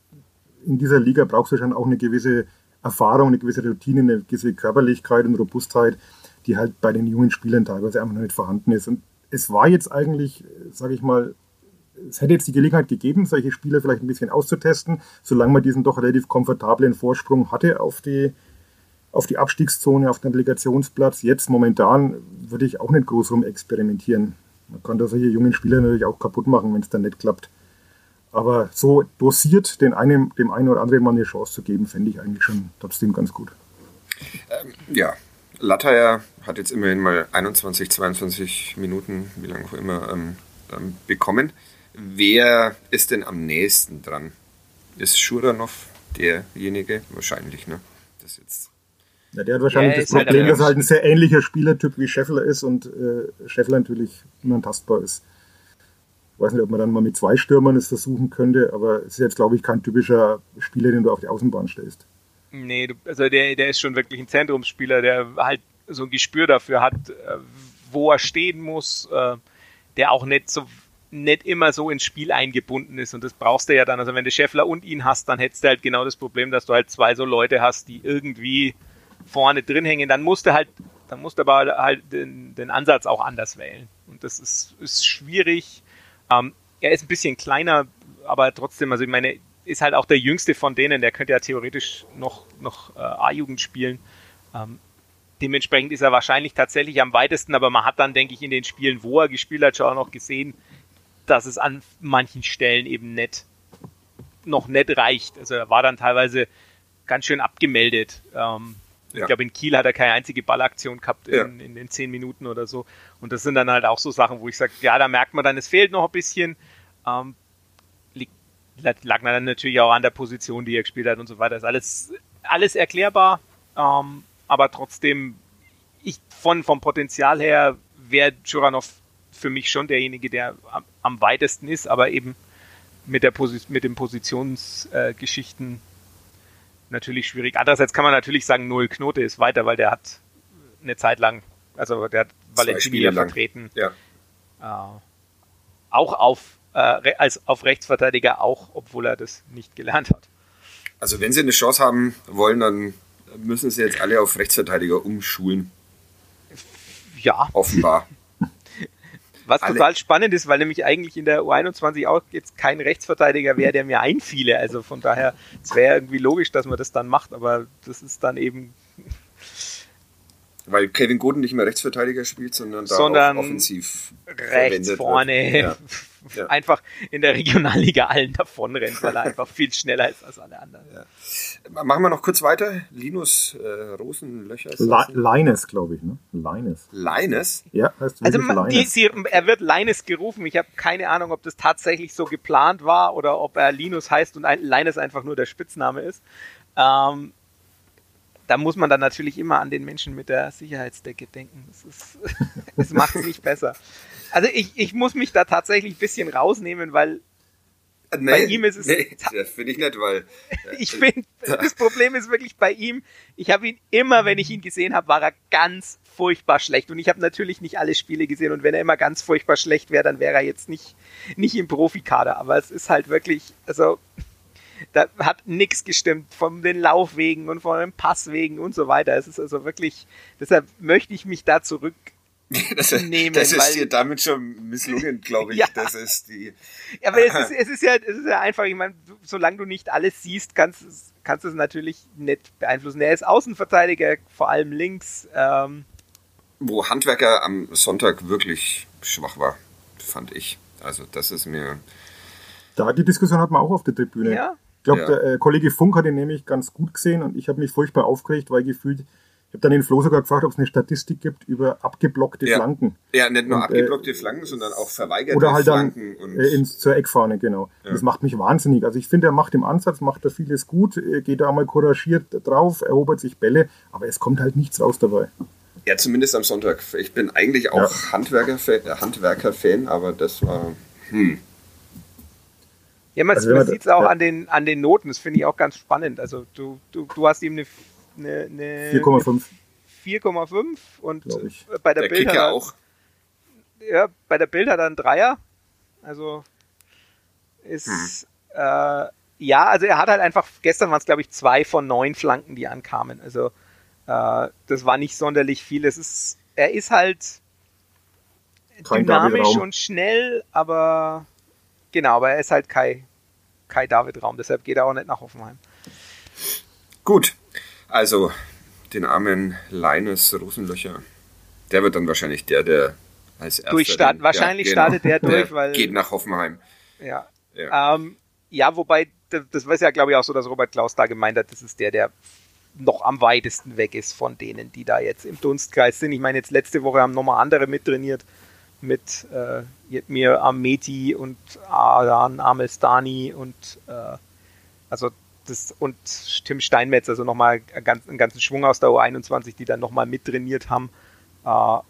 in dieser Liga brauchst du schon auch eine gewisse Erfahrung, eine gewisse Routine, eine gewisse Körperlichkeit und Robustheit, die halt bei den jungen Spielern teilweise einfach noch nicht vorhanden ist. Und es war jetzt eigentlich, sage ich mal, es hätte jetzt die Gelegenheit gegeben, solche Spieler vielleicht ein bisschen auszutesten, solange man diesen doch relativ komfortablen Vorsprung hatte auf die, auf die Abstiegszone, auf den Relegationsplatz. Jetzt momentan würde ich auch nicht groß rum experimentieren. Man kann da solche jungen Spieler natürlich auch kaputt machen, wenn es dann nicht klappt. Aber so dosiert den einen, dem einen oder anderen mal eine Chance zu geben, fände ich eigentlich schon trotzdem ganz gut. Ähm, ja, Lattayer hat jetzt immerhin mal einundzwanzig, zweiundzwanzig Minuten, wie lange auch immer, ähm, ähm, bekommen. Wer ist denn am nächsten dran? Ist Schuranov derjenige? Wahrscheinlich, ne? Das jetzt. Ja, der hat wahrscheinlich ja, das Problem, halt dass er halt ein sehr ähnlicher Spielertyp wie Scheffler ist und äh, Scheffler natürlich unantastbar ist. Ich weiß nicht, ob man dann mal mit zwei Stürmern es versuchen könnte, aber es ist jetzt, glaube ich, kein typischer Spieler, den du auf die Außenbahn stellst. Nee, also der, der ist schon wirklich ein Zentrumsspieler, der halt so ein Gespür dafür hat, wo er stehen muss, der auch nicht so nicht immer so ins Spiel eingebunden ist und das brauchst du ja dann, also wenn du Scheffler und ihn hast, dann hättest du halt genau das Problem, dass du halt zwei so Leute hast, die irgendwie vorne drin hängen, dann musst du halt, dann musst du aber halt den, den Ansatz auch anders wählen und das ist, ist schwierig. Ähm, er ist ein bisschen kleiner, aber trotzdem, also ich meine, ist halt auch der jüngste von denen, der könnte ja theoretisch noch, noch äh, A-Jugend spielen. Ähm, dementsprechend ist er wahrscheinlich tatsächlich am weitesten, aber man hat dann, denke ich, in den Spielen, wo er gespielt hat, schon auch noch gesehen, dass es an manchen Stellen eben nicht, noch nicht reicht. Also er war dann teilweise ganz schön abgemeldet. Ähm, ja. Ich glaube, in Kiel hat er keine einzige Ballaktion gehabt in, ja. in den zehn Minuten oder so. Und das sind dann halt auch so Sachen, wo ich sage, ja, da merkt man dann, es fehlt noch ein bisschen. Ähm, lag dann natürlich auch an der Position, die er gespielt hat und so weiter. Ist alles, alles erklärbar, ähm, aber trotzdem, ich von vom Potenzial her wäre Schuranov für mich schon derjenige, der am, am weitesten ist, aber eben mit der Posi- mit den Positionsgeschichten äh, natürlich schwierig. Andererseits kann man natürlich sagen, Noel Knote ist weiter, weil der hat eine Zeit lang, also der hat Valentini vertreten, ja. äh, auch auf äh, als auf Rechtsverteidiger, auch obwohl er das nicht gelernt hat. Also wenn sie eine Chance haben wollen, dann müssen sie jetzt alle auf Rechtsverteidiger umschulen. Ja. Offenbar. Was alle. Total spannend ist, weil nämlich eigentlich in der U einundzwanzig auch jetzt kein Rechtsverteidiger wäre, der mir einfiele. Also von daher, es wäre irgendwie logisch, dass man das dann macht, aber das ist dann eben... Weil Kevin Goden nicht mehr Rechtsverteidiger spielt, sondern da sondern auch offensiv rechts vorne ja. Ja. einfach in der Regionalliga allen davonrennt, weil er einfach viel schneller ist als alle anderen. Ja. Machen wir noch kurz weiter. Linus äh, Rosenlöcher. La- Leines, glaube ich, ne? Leines. Leines? Ja, heißt also Leines. Die, sie, er wird Leines gerufen. Ich habe keine Ahnung, ob das tatsächlich so geplant war oder ob er Linus heißt und ein, Leines einfach nur der Spitzname ist. Ähm, Da muss man dann natürlich immer an den Menschen mit der Sicherheitsdecke denken. Das, ist, das macht es nicht besser. Also ich, ich muss mich da tatsächlich ein bisschen rausnehmen, weil nee, bei ihm ist es... Nee, das finde ich nicht, weil... ich finde, das Problem ist wirklich bei ihm, ich habe ihn immer, wenn ich ihn gesehen habe, war er ganz furchtbar schlecht. Und ich habe natürlich nicht alle Spiele gesehen und wenn er immer ganz furchtbar schlecht wäre, dann wäre er jetzt nicht, nicht im Profikader. Aber es ist halt wirklich... also da hat nichts gestimmt von den Laufwegen und von den Passwegen und so weiter. Es ist also wirklich, deshalb möchte ich mich da zurücknehmen das, nehmen. Das ist weil, dir damit schon misslungen, glaube ich. Ja. Das ist die. Ja, aber es ist, es ist ja, es ist ja einfach, ich meine, solange du nicht alles siehst, kannst du es, kannst du es natürlich nicht beeinflussen. Er ist Außenverteidiger, vor allem links. Ähm, Wo Handwerker am Sonntag wirklich schwach war, fand ich. Also das ist mir... Da, die Diskussion hat man auch auf der Tribüne. Ja. Ich glaube, Ja. der äh, Kollege Funk hat ihn nämlich ganz gut gesehen und ich habe mich furchtbar aufgeregt, weil gefühlt, ich habe dann den Flo sogar gefragt, ob es eine Statistik gibt über abgeblockte Ja. Flanken. Ja, nicht nur Und, abgeblockte äh, Flanken, sondern auch verweigerte Oder halt dann Flanken. Und äh, ins, zur Eckfahne, genau. Ja. Das macht mich wahnsinnig. Also ich finde, er macht im Ansatz, macht er vieles gut, äh, geht da einmal couragiert drauf, erobert sich Bälle, aber es kommt halt nichts raus dabei. ja, zumindest am Sonntag. Ich bin eigentlich auch Ja. Handwerker-Fan, äh, Handwerker-Fan, aber das war... Hm. Ja, man, Also wenn man man- sieht es auch ja. an den, an den Noten, das finde ich auch ganz spannend. Also du, du, du hast ihm eine, eine, eine vier Komma fünf, vier Komma fünf und Glaub ich. bei der, Der Bild hat Kicker er, auch. ja, bei der Bild hat er einen Dreier. Also ist Hm. äh, ja, also er hat halt einfach, gestern waren es glaube ich zwei von neun Flanken, die ankamen. Also äh, das war nicht sonderlich viel. Es ist, er ist halt Kein David dynamisch Raum. und schnell, aber genau, aber er ist halt kein, kein David Raum, deshalb geht er auch nicht nach Hoffenheim. Gut, also den armen Linus Rosenlöcher, der wird dann wahrscheinlich der, der als erster... Durchstarten. den- Wahrscheinlich startet der durch, weil- geht nach Hoffenheim. Ja. Ja. Ähm, ja, wobei, das, das war ja, glaube ich, auch so, dass Robert Klaus da gemeint hat, das ist der, der noch am weitesten weg ist von denen, die da jetzt im Dunstkreis sind. Ich meine, jetzt letzte Woche haben nochmal andere mittrainiert, mit äh, mir Ameti und Adan Amestani und äh, also das und Tim Steinmetz, also nochmal einen ganzen, einen ganzen Schwung aus der U einundzwanzig, die dann nochmal mittrainiert haben, äh,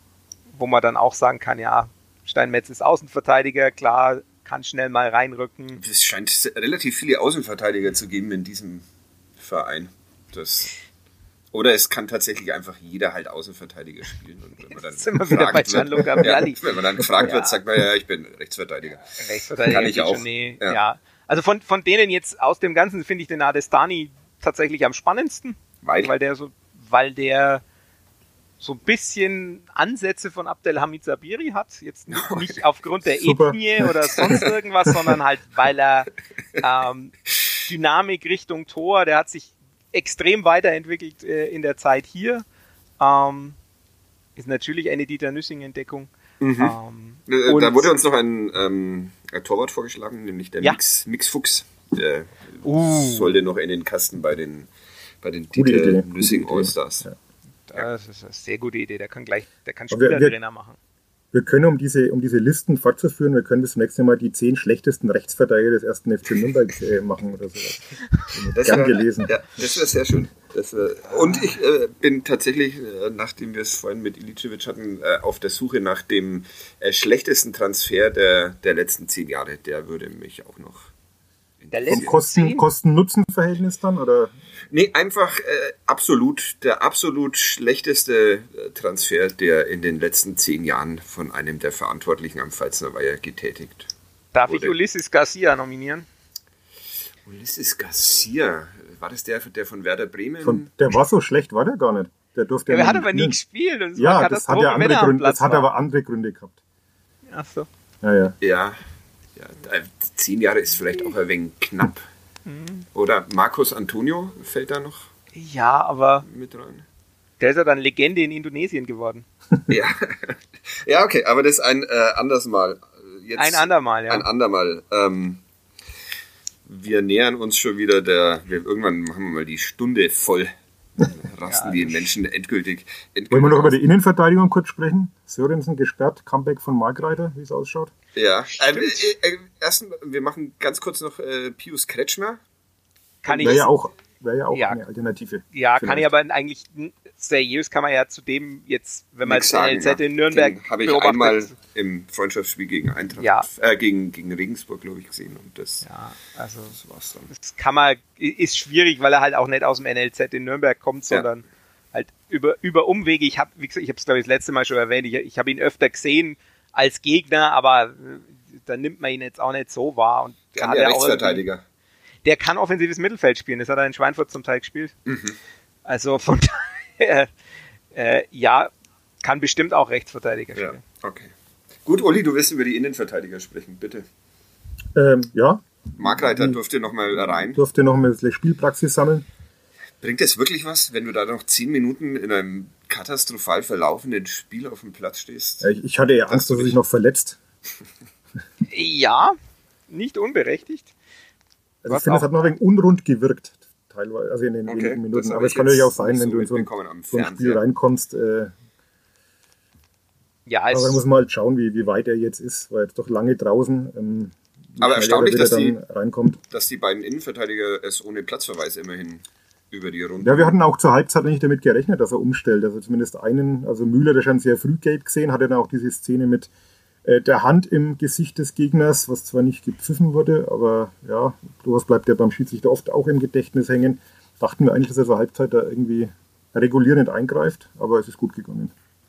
wo man dann auch sagen kann, ja, Steinmetz ist Außenverteidiger, klar, kann schnell mal reinrücken. Es scheint relativ viele Außenverteidiger zu geben in diesem Verein. Das, oder es kann tatsächlich einfach jeder halt Außenverteidiger spielen. Und wenn man dann Jetzt sind wir wieder bei Gianluca Vialli. Ja, wenn man dann gefragt Ja. wird, sagt man ja, ich bin Rechtsverteidiger. Rechtsverteidiger Kann ich auch. Nee, Ja. ja. Also von, von denen jetzt aus dem Ganzen finde ich den Adestani tatsächlich am spannendsten, Weil, weil der so, weil der so ein bisschen Ansätze von Abdelhamid Sabiri hat. Jetzt nicht, nicht aufgrund der Super. Ethnie oder sonst irgendwas, sondern halt, weil er ähm, Dynamik Richtung Tor, der hat sich extrem weiterentwickelt äh, in der Zeit hier. Ähm, ist natürlich eine Dieter Nüssing-Entdeckung. Mhm. Ähm, Äh, und- da wurde uns noch ein, ähm, ein Torwart vorgeschlagen, nämlich der Ja. Mix, Mix Fuchs. Der Uh. sollte noch in den Kasten bei den, bei den Gute Dieter Idee. Nüssing Gute Idee. Allstars. Ja. Das ist eine sehr gute Idee. Der kann gleich, der kann Aber wir- Spielertrainer machen. Wir können, um diese, um diese Listen fortzuführen, wir können das nächste Mal die zehn schlechtesten Rechtsverteidiger des ersten F C Nürnberg äh, machen oder sowas. Das Gern wär- gelesen. Ja, das wäre sehr schön. Das wär, und ich äh, bin tatsächlich, äh, nachdem wir es vorhin mit Ilicevic hatten, äh, auf der Suche nach dem äh, schlechtesten Transfer der, der letzten zehn Jahre. Der würde mich auch noch... Der Vom letzte Kosten, zehn? Kosten-Nutzen-Verhältnis dann? Oder? Nee, einfach äh, absolut, der absolut schlechteste äh, Transfer, der in den letzten zehn Jahren von einem der Verantwortlichen am Pfalzner Weiher getätigt. Darf ich Oder- Ulysses Garcia nominieren? Ulysses Garcia, war das der, der von Werder Bremen? Von, der war so schlecht, war der gar nicht. Der durfte Der ja hat nicht aber nie spielen. gespielt. Und es war Ja, eine das hat Katastrophe, ja wenn andere er am Gründe, Platz das hat war. aber andere Gründe gehabt. Ach so. Ja, ja. Ja, ja, äh, zehn Jahre ist vielleicht auch ein wenig knapp. Oder Marcos Antonio fällt da noch Ja, aber mit rein. der ist ja dann Legende in Indonesien geworden. Ja, ja okay, aber das ist ein äh, anderes Mal. Jetzt Ein andermal, ja. Ein andermal. Ähm, wir nähern uns schon wieder der, wir, irgendwann machen wir mal die Stunde voll. Dann rasten Ja, die das- Menschen endgültig. endgültig Wollen wir noch über aus. die Innenverteidigung kurz sprechen? Sörensen gesperrt, Comeback von Markreiter, wie es ausschaut. Ja, äh, Stimmt. äh, äh, erst, wir machen ganz kurz noch äh, Pius Kretschmer. Kann ich, Wäre ja auch, wäre ja auch Ja. eine Alternative. ja, kann ich vielleicht. aber eigentlich n- seriös kann man ja zu dem jetzt, wenn man Nix das N L Z ja. in Nürnberg Den habe ich beobachtet. einmal im Freundschaftsspiel gegen Eintracht, Ja. äh, gegen, gegen Regensburg, glaube ich, gesehen. Und das, Ja, also das war's dann. das kann man, ist schwierig, weil er halt auch nicht aus dem N L Z in Nürnberg kommt, Ja. sondern halt über, über Umwege. Ich habe, wie gesagt, ich habe es glaube ich das letzte Mal schon erwähnt, ich, ich habe ihn öfter gesehen als Gegner, aber äh, da nimmt man ihn jetzt auch nicht so wahr. Und Kann hat der er auch irgendwie- Rechtsverteidiger. Der kann offensives Mittelfeld spielen, das hat er in Schweinfurt zum Teil gespielt. Mhm. Also von daher, äh, ja, kann bestimmt auch Rechtsverteidiger spielen. Ja, okay. Gut, Uli, du wirst über die Innenverteidiger sprechen, bitte. Ähm, ja. Markreiter durfte noch mal rein. Durfte noch mal Spielpraxis sammeln. Bringt das wirklich was, wenn du da noch zehn Minuten in einem katastrophal verlaufenden Spiel auf dem Platz stehst? Ja, ich, ich hatte ja Angst, dass er sich noch verletzt. Ja, nicht unberechtigt. Also ich finde, es hat noch ein wenig unrund gewirkt, teilweise, also in den okay, wenigen Minuten. Aber es kann natürlich auch sein, wenn so du in so ein, so ein Spiel reinkommst. Äh, ja, aber dann muss man halt schauen, wie, wie weit er jetzt ist, weil er jetzt doch lange draußen. Ähm, aber erstaunlich, dass die, reinkommt. dass die beiden Innenverteidiger es ohne Platzverweis immerhin über die Runde. Ja, wir hatten auch zur Halbzeit nicht damit gerechnet, dass er umstellt. Also zumindest einen, also Müller, der schon sehr früh gelb gesehen, hatte dann auch diese Szene mit äh, der Hand im Gesicht des Gegners, was zwar nicht gepfiffen wurde, aber ja, sowas bleibt ja beim Schiedsrichter oft auch im Gedächtnis hängen. Dachten wir eigentlich, dass er zur Halbzeit da irgendwie regulierend eingreift, aber es ist gut gegangen.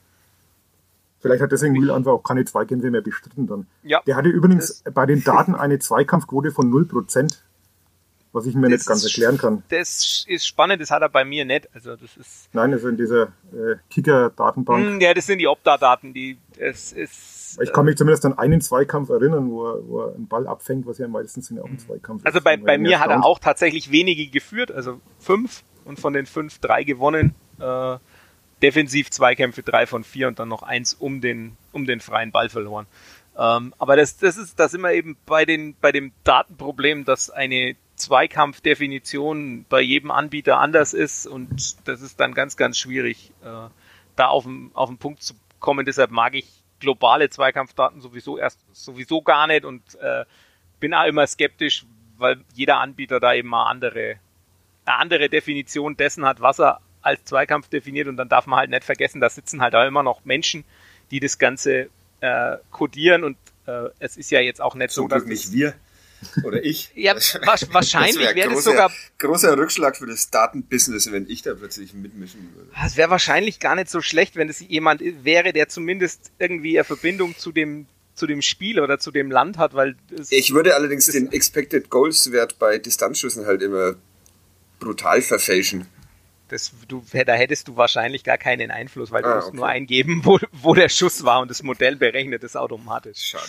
Vielleicht hat deswegen Müller einfach auch keine Zweikämpfe mehr bestritten dann. Ja, der hatte übrigens bei den Daten eine Zweikampfquote von null Prozent. Was ich mir nicht ganz erklären kann. Das ist spannend, das hat er bei mir nicht. Also das ist Nein, also in dieser äh, Kicker-Datenbank. Ja, das sind die Opta-Daten, die es ist. Ich kann mich zumindest an einen Zweikampf erinnern, wo er, wo er einen Ball abfängt, was ja meistens sind ja auch ein Zweikampf. Also bei, bei mir hat er auch tatsächlich wenige geführt, also fünf und von den fünf drei gewonnen. Äh, defensiv Zweikämpfe drei von vier und dann noch eins um den um den freien Ball verloren. Ähm, aber das das ist das immer eben bei den bei dem Datenproblem, dass eine Zweikampfdefinition bei jedem Anbieter anders ist und das ist dann ganz, ganz schwierig, äh, da auf den, auf den Punkt zu kommen. Deshalb mag ich globale Zweikampfdaten sowieso erst sowieso gar nicht und äh, bin auch immer skeptisch, weil jeder Anbieter da eben mal andere, eine andere Definition dessen hat, was er als Zweikampf definiert und dann darf man halt nicht vergessen, da sitzen halt auch immer noch Menschen, die das Ganze äh, kodieren und äh, es ist ja jetzt auch nicht so, so, dass nicht wir. Oder ich. Ja, wahrscheinlich wäre wär das sogar... Großer Rückschlag für das Datenbusiness, wenn ich da plötzlich mitmischen würde. Es wäre wahrscheinlich gar nicht so schlecht, wenn es jemand wäre, der zumindest irgendwie eine Verbindung zu dem, zu dem Spiel oder zu dem Land hat, weil... Es, ich würde allerdings den Expected Goals Wert bei Distanzschüssen halt immer brutal verfälschen. Das, du, da hättest du wahrscheinlich gar keinen Einfluss, weil du ah, musst okay. nur eingeben, wo, wo der Schuss war und das Modell berechnet es automatisch. Schade.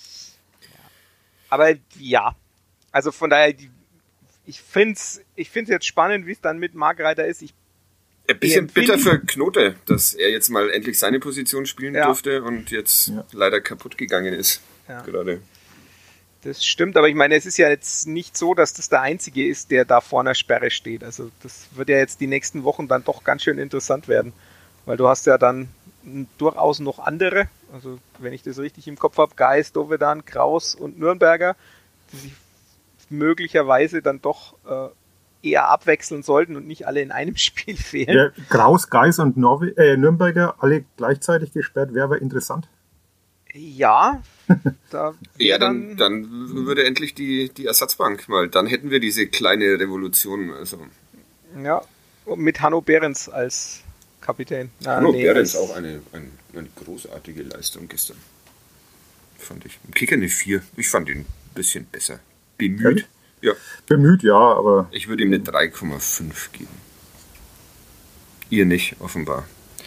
Aber ja, also von daher, ich finde es ich find's jetzt spannend, wie es dann mit Markreiter ist. Ich Ein bisschen bitter für Knote, dass er jetzt mal endlich seine Position spielen ja. durfte und jetzt ja. leider kaputt gegangen ist. Ja. Gerade. Das stimmt, aber ich meine, es ist ja jetzt nicht so, dass das der Einzige ist, der da vor einer Sperre steht. Also das wird ja jetzt die nächsten Wochen dann doch ganz schön interessant werden, weil du hast ja dann durchaus noch andere, also wenn ich das richtig im Kopf habe, Geis, Dovedan, Kraus und Nürnberger, die sich möglicherweise dann doch äh, eher abwechseln sollten und nicht alle in einem Spiel fehlen. Ja, Kraus, Geis und Norwe- äh, Nürnberger alle gleichzeitig gesperrt, wäre aber interessant. Ja, da ja dann, dann würde endlich die, die Ersatzbank mal, dann hätten wir diese kleine Revolution. Also. Ja, mit Hanno Behrens als Kapitän. Ah, Hanno nee, Behrens auch eine, eine, eine großartige Leistung gestern. Fand ich. Im Kicker eine vier. Ich fand ihn ein bisschen besser. Bemüht. Ja. Bemüht, ja, aber... Ich würde ihm eine drei Komma fünf geben. Ihr nicht, offenbar.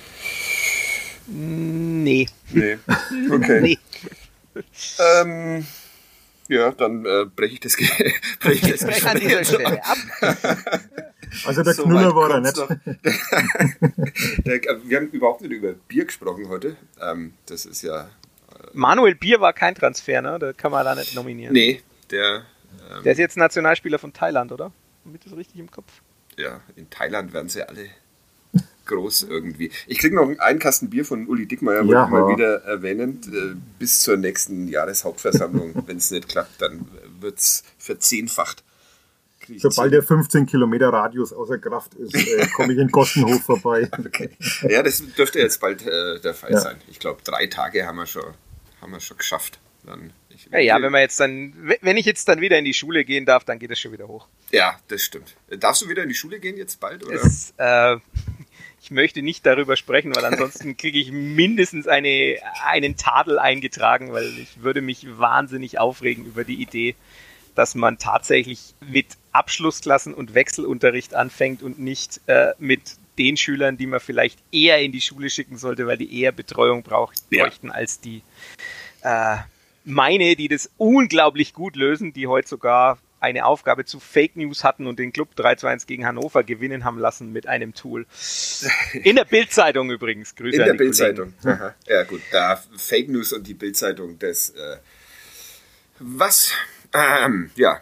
Nee. Nee. Okay. Nee. Ähm, ja, dann äh, breche ich das, Ge- brech ich das Brech an dieser Stelle ab. Also der so Knüller war er nicht. der, wir haben überhaupt nicht über Bier gesprochen heute. Ähm, das ist ja... Äh, Manuel Bier war kein Transfer, ne? Da kann man da nicht nominieren. Nee, der... Ähm, der ist jetzt Nationalspieler von Thailand, oder? Habe ich das richtig im Kopf? Ja, in Thailand werden sie alle groß irgendwie. Ich kriege noch einen Kasten Bier von Uli Dickmeyer, wollte ja, ich mal wieder erwähnen, äh, bis zur nächsten Jahreshauptversammlung. Wenn es nicht klappt, dann wird es verzehnfacht. Sobald der fünfzehn Kilometer Radius außer Kraft ist, äh, komme ich in Kostenhof vorbei. Okay. Ja, das dürfte jetzt bald äh, der Fall ja. sein. Ich glaube, drei Tage haben wir schon, haben wir schon geschafft. Dann, ich, ja, ja, wenn wir jetzt dann, wenn ich jetzt dann wieder in die Schule gehen darf, dann geht es schon wieder hoch. Ja, das stimmt. Darfst du wieder in die Schule gehen jetzt bald? Oder? Es, äh, ich möchte nicht darüber sprechen, weil ansonsten kriege ich mindestens eine, einen Tadel eingetragen, weil ich würde mich wahnsinnig aufregen über die Idee, dass man tatsächlich mit Abschlussklassen und Wechselunterricht anfängt und nicht äh, mit den Schülern, die man vielleicht eher in die Schule schicken sollte, weil die eher Betreuung braucht, bräuchten ja. als die äh, meine, die das unglaublich gut lösen, die heute sogar eine Aufgabe zu Fake News hatten und den Club drei zu eins gegen Hannover gewinnen haben lassen mit einem Tool. In der Bild-Zeitung übrigens. Grüße In an der die Bild-Zeitung. Aha. Ja gut, da Fake News und die Bild-Zeitung, das äh, was, ähm, ja,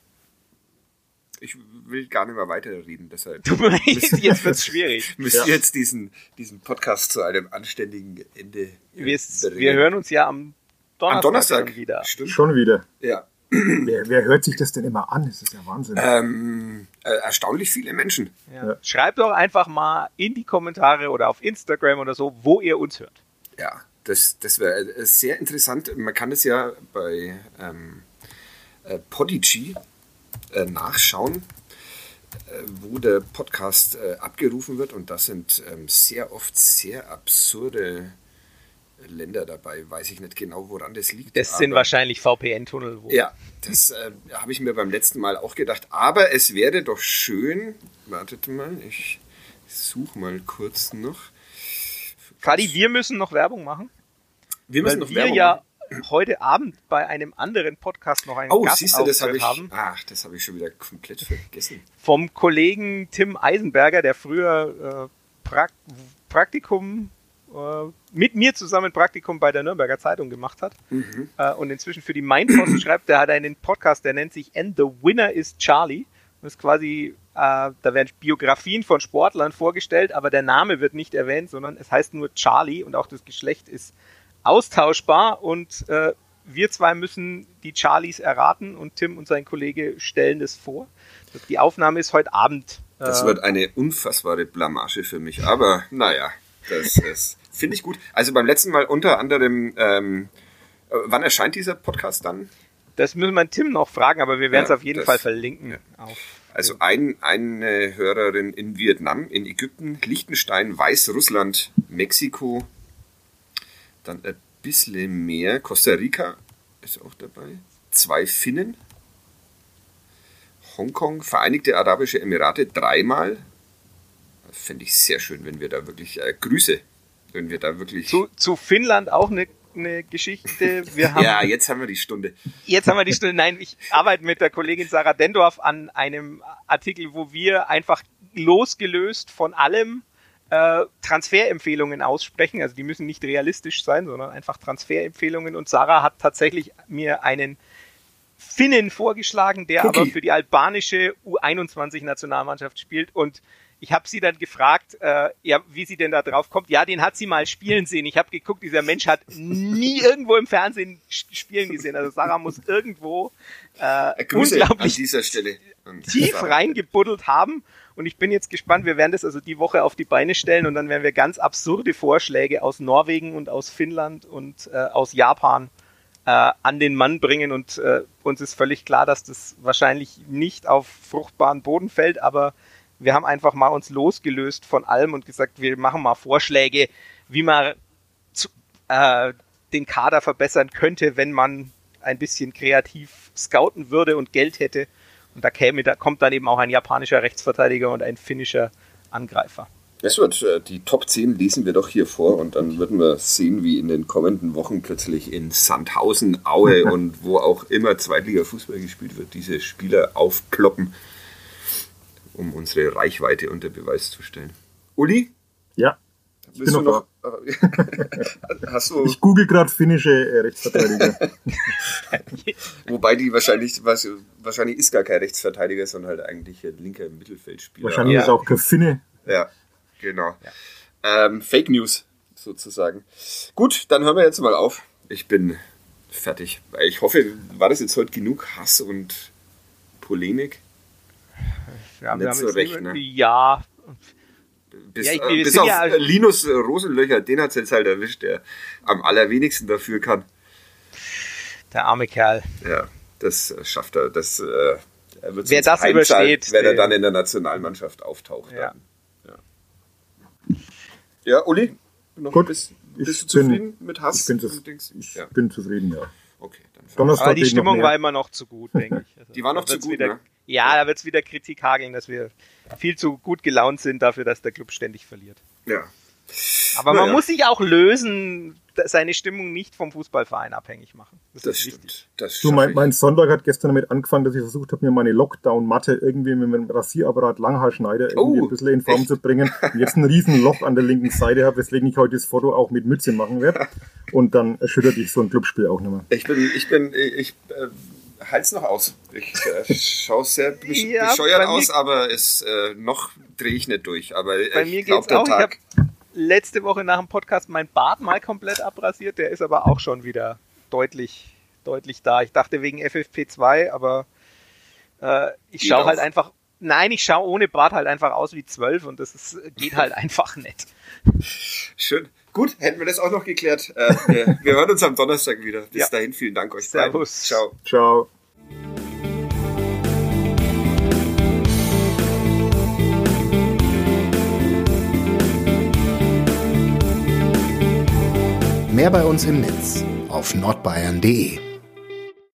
ich will gar nicht mehr weiterreden, deshalb du meinst, jetzt wird's schwierig. Müsst ja. ihr jetzt diesen, diesen Podcast zu einem anständigen Ende wir, wir hören uns ja am Donnerstag, am Donnerstag wieder. Stimmt. Schon wieder. Ja. Wer, wer hört sich das denn immer an? Das ist ja Wahnsinn. Ähm, äh, erstaunlich viele Menschen. Ja. Ja. Schreibt doch einfach mal in die Kommentare oder auf Instagram oder so, wo ihr uns hört. Ja, das, das wäre sehr interessant. Man kann es ja bei ähm, äh, Podigy äh, nachschauen, äh, wo der Podcast äh, abgerufen wird. Und das sind ähm, sehr oft sehr absurde Länder dabei, weiß ich nicht genau, woran das liegt. Das sind wahrscheinlich V P N-Tunnel. Ja, das äh, habe ich mir beim letzten Mal auch gedacht. Aber es wäre doch schön, wartet mal, ich suche mal kurz noch. Fadi, wir müssen noch Werbung machen. Wir müssen weil noch wir Werbung ja machen. heute Abend bei einem anderen Podcast noch einen oh, Gast siehst du, das habe ich, haben. ach, das habe ich schon wieder komplett vergessen. Vom Kollegen Tim Eisenberger, der früher äh, pra- Praktikum mit mir zusammen ein Praktikum bei der Nürnberger Zeitung gemacht hat mhm. äh, und inzwischen für die Mainpost schreibt. Der hat einen Podcast, der nennt sich And the Winner is Charlie. Das ist quasi, äh, da werden Biografien von Sportlern vorgestellt, aber der Name wird nicht erwähnt, sondern es heißt nur Charlie und auch das Geschlecht ist austauschbar und äh, wir zwei müssen die Charlies erraten und Tim und sein Kollege stellen das vor. Die Aufnahme ist heute Abend. Äh, das wird eine unfassbare Blamage für mich, aber naja, das ist... Finde ich gut. Also beim letzten Mal unter anderem, ähm, wann erscheint dieser Podcast dann? Das müssen wir Tim noch fragen, aber wir werden es ja, auf jeden das, Fall verlinken. Ja. Auf also ein, eine Hörerin in Vietnam, in Ägypten, Liechtenstein, Weißrussland, Mexiko, dann ein bisschen mehr, Costa Rica ist auch dabei, zwei Finnen, Hongkong, Vereinigte Arabische Emirate dreimal. Das fände ich sehr schön, wenn wir da wirklich äh, Grüße wenn wir da wirklich... Zu, zu Finnland auch eine, eine Geschichte. Wir haben, ja, jetzt haben wir die Stunde. Jetzt haben wir die Stunde. Nein, ich arbeite mit der Kollegin Sarah Dendorf an einem Artikel, wo wir einfach losgelöst von allem äh, Transferempfehlungen aussprechen. Also die müssen nicht realistisch sein, sondern einfach Transferempfehlungen. Und Sarah hat tatsächlich mir einen Finnen vorgeschlagen, der okay. aber für die albanische U einundzwanzig Nationalmannschaft spielt und ich habe sie dann gefragt, äh, ja, wie sie denn da drauf kommt. Ja, den hat sie mal spielen sehen. Ich habe geguckt, dieser Mensch hat nie irgendwo im Fernsehen spielen gesehen. Also Sarah muss irgendwo äh, unglaublich an dieser Stelle. tief reingebuddelt haben. Und ich bin jetzt gespannt. Wir werden das also die Woche auf die Beine stellen und dann werden wir ganz absurde Vorschläge aus Norwegen und aus Finnland und äh, aus Japan äh, an den Mann bringen. Und äh, uns ist völlig klar, dass das wahrscheinlich nicht auf fruchtbaren Boden fällt, aber wir haben einfach mal uns losgelöst von allem und gesagt, wir machen mal Vorschläge, wie man zu, äh, den Kader verbessern könnte, wenn man ein bisschen kreativ scouten würde und Geld hätte. Und da käme, da kommt dann eben auch ein japanischer Rechtsverteidiger und ein finnischer Angreifer. Es wird, äh, die Top zehn lesen wir doch hier vor und dann würden wir sehen, wie in den kommenden Wochen plötzlich in Sandhausen, Aue und wo auch immer Zweitliga-Fußball gespielt wird, diese Spieler aufploppen, um unsere Reichweite unter Beweis zu stellen. Uli? Ja. Ich bin noch, noch hast du ich google gerade finnische äh, Rechtsverteidiger. Wobei die wahrscheinlich, was, wahrscheinlich ist gar kein Rechtsverteidiger, sondern halt eigentlich ein linker Mittelfeldspieler. Wahrscheinlich ja. ist auch kein Finne. Ja, genau. Ja. Ähm, Fake News sozusagen. Gut, dann hören wir jetzt mal auf. Ich bin fertig. Ich hoffe, war das jetzt heute genug Hass und Polemik? Ja, nicht so recht, ne? Ja. Bis, ja, ich, äh, bis auf ja, Linus Rosenlöcher, den hat es jetzt halt erwischt, der am allerwenigsten dafür kann. Der arme Kerl. Ja, das schafft er. Das, äh, er wird Wer das übersteht, wenn er dann in der Nationalmannschaft auftaucht. Ja, ja. ja Uli? Noch Gut, bist, bist du zufrieden bin, mit Hass? Ich bin, zu, ich ja. bin zufrieden, ja. Okay, dann Aber die Stimmung war immer noch zu gut, denke ich. Also, die war noch zu gut, wieder, ne? Ja, da wird es wieder Kritik hageln, dass wir viel zu gut gelaunt sind dafür, dass der Club ständig verliert. Ja. Aber Na man ja. muss sich auch lösen, seine Stimmung nicht vom Fußballverein abhängig machen. Das, Das ist stimmt. wichtig. Das Du, schaff mein, ich. mein Sonntag hat gestern damit angefangen, dass ich versucht habe, mir meine Lockdown-Matte irgendwie mit einem Rasierapparat Langhaarschneider irgendwie Oh, ein bisschen in Form echt? zu bringen. Und jetzt ein riesen Loch an der linken Seite habe, weswegen ich heute das Foto auch mit Mütze machen werde. Und dann erschüttert dich so ein Clubspiel auch nicht mehr. Ich bin, ich bin, ich äh, halt's noch aus. Ich äh, schaue sehr besch Ja, bescheuert bei mir- aus, aber es äh, noch drehe ich nicht durch. Aber Bei ich mir glaube, geht's der auch. Ich Tag. habe letzte Woche nach dem Podcast mein Bart mal komplett abrasiert. Der ist aber auch schon wieder deutlich, deutlich da. Ich dachte wegen F F P zwei, aber äh, ich Geht schaue auch. halt einfach. Nein, ich schaue ohne Bart halt einfach aus wie zwölf und das ist, geht halt einfach nicht. Schön. Gut, hätten wir das auch noch geklärt. Äh, wir, wir hören uns am Donnerstag wieder. Bis Ja. dahin, vielen Dank euch Servus. beiden. Ciao. Ciao. Mehr bei uns im Netz auf nordbayern punkt de.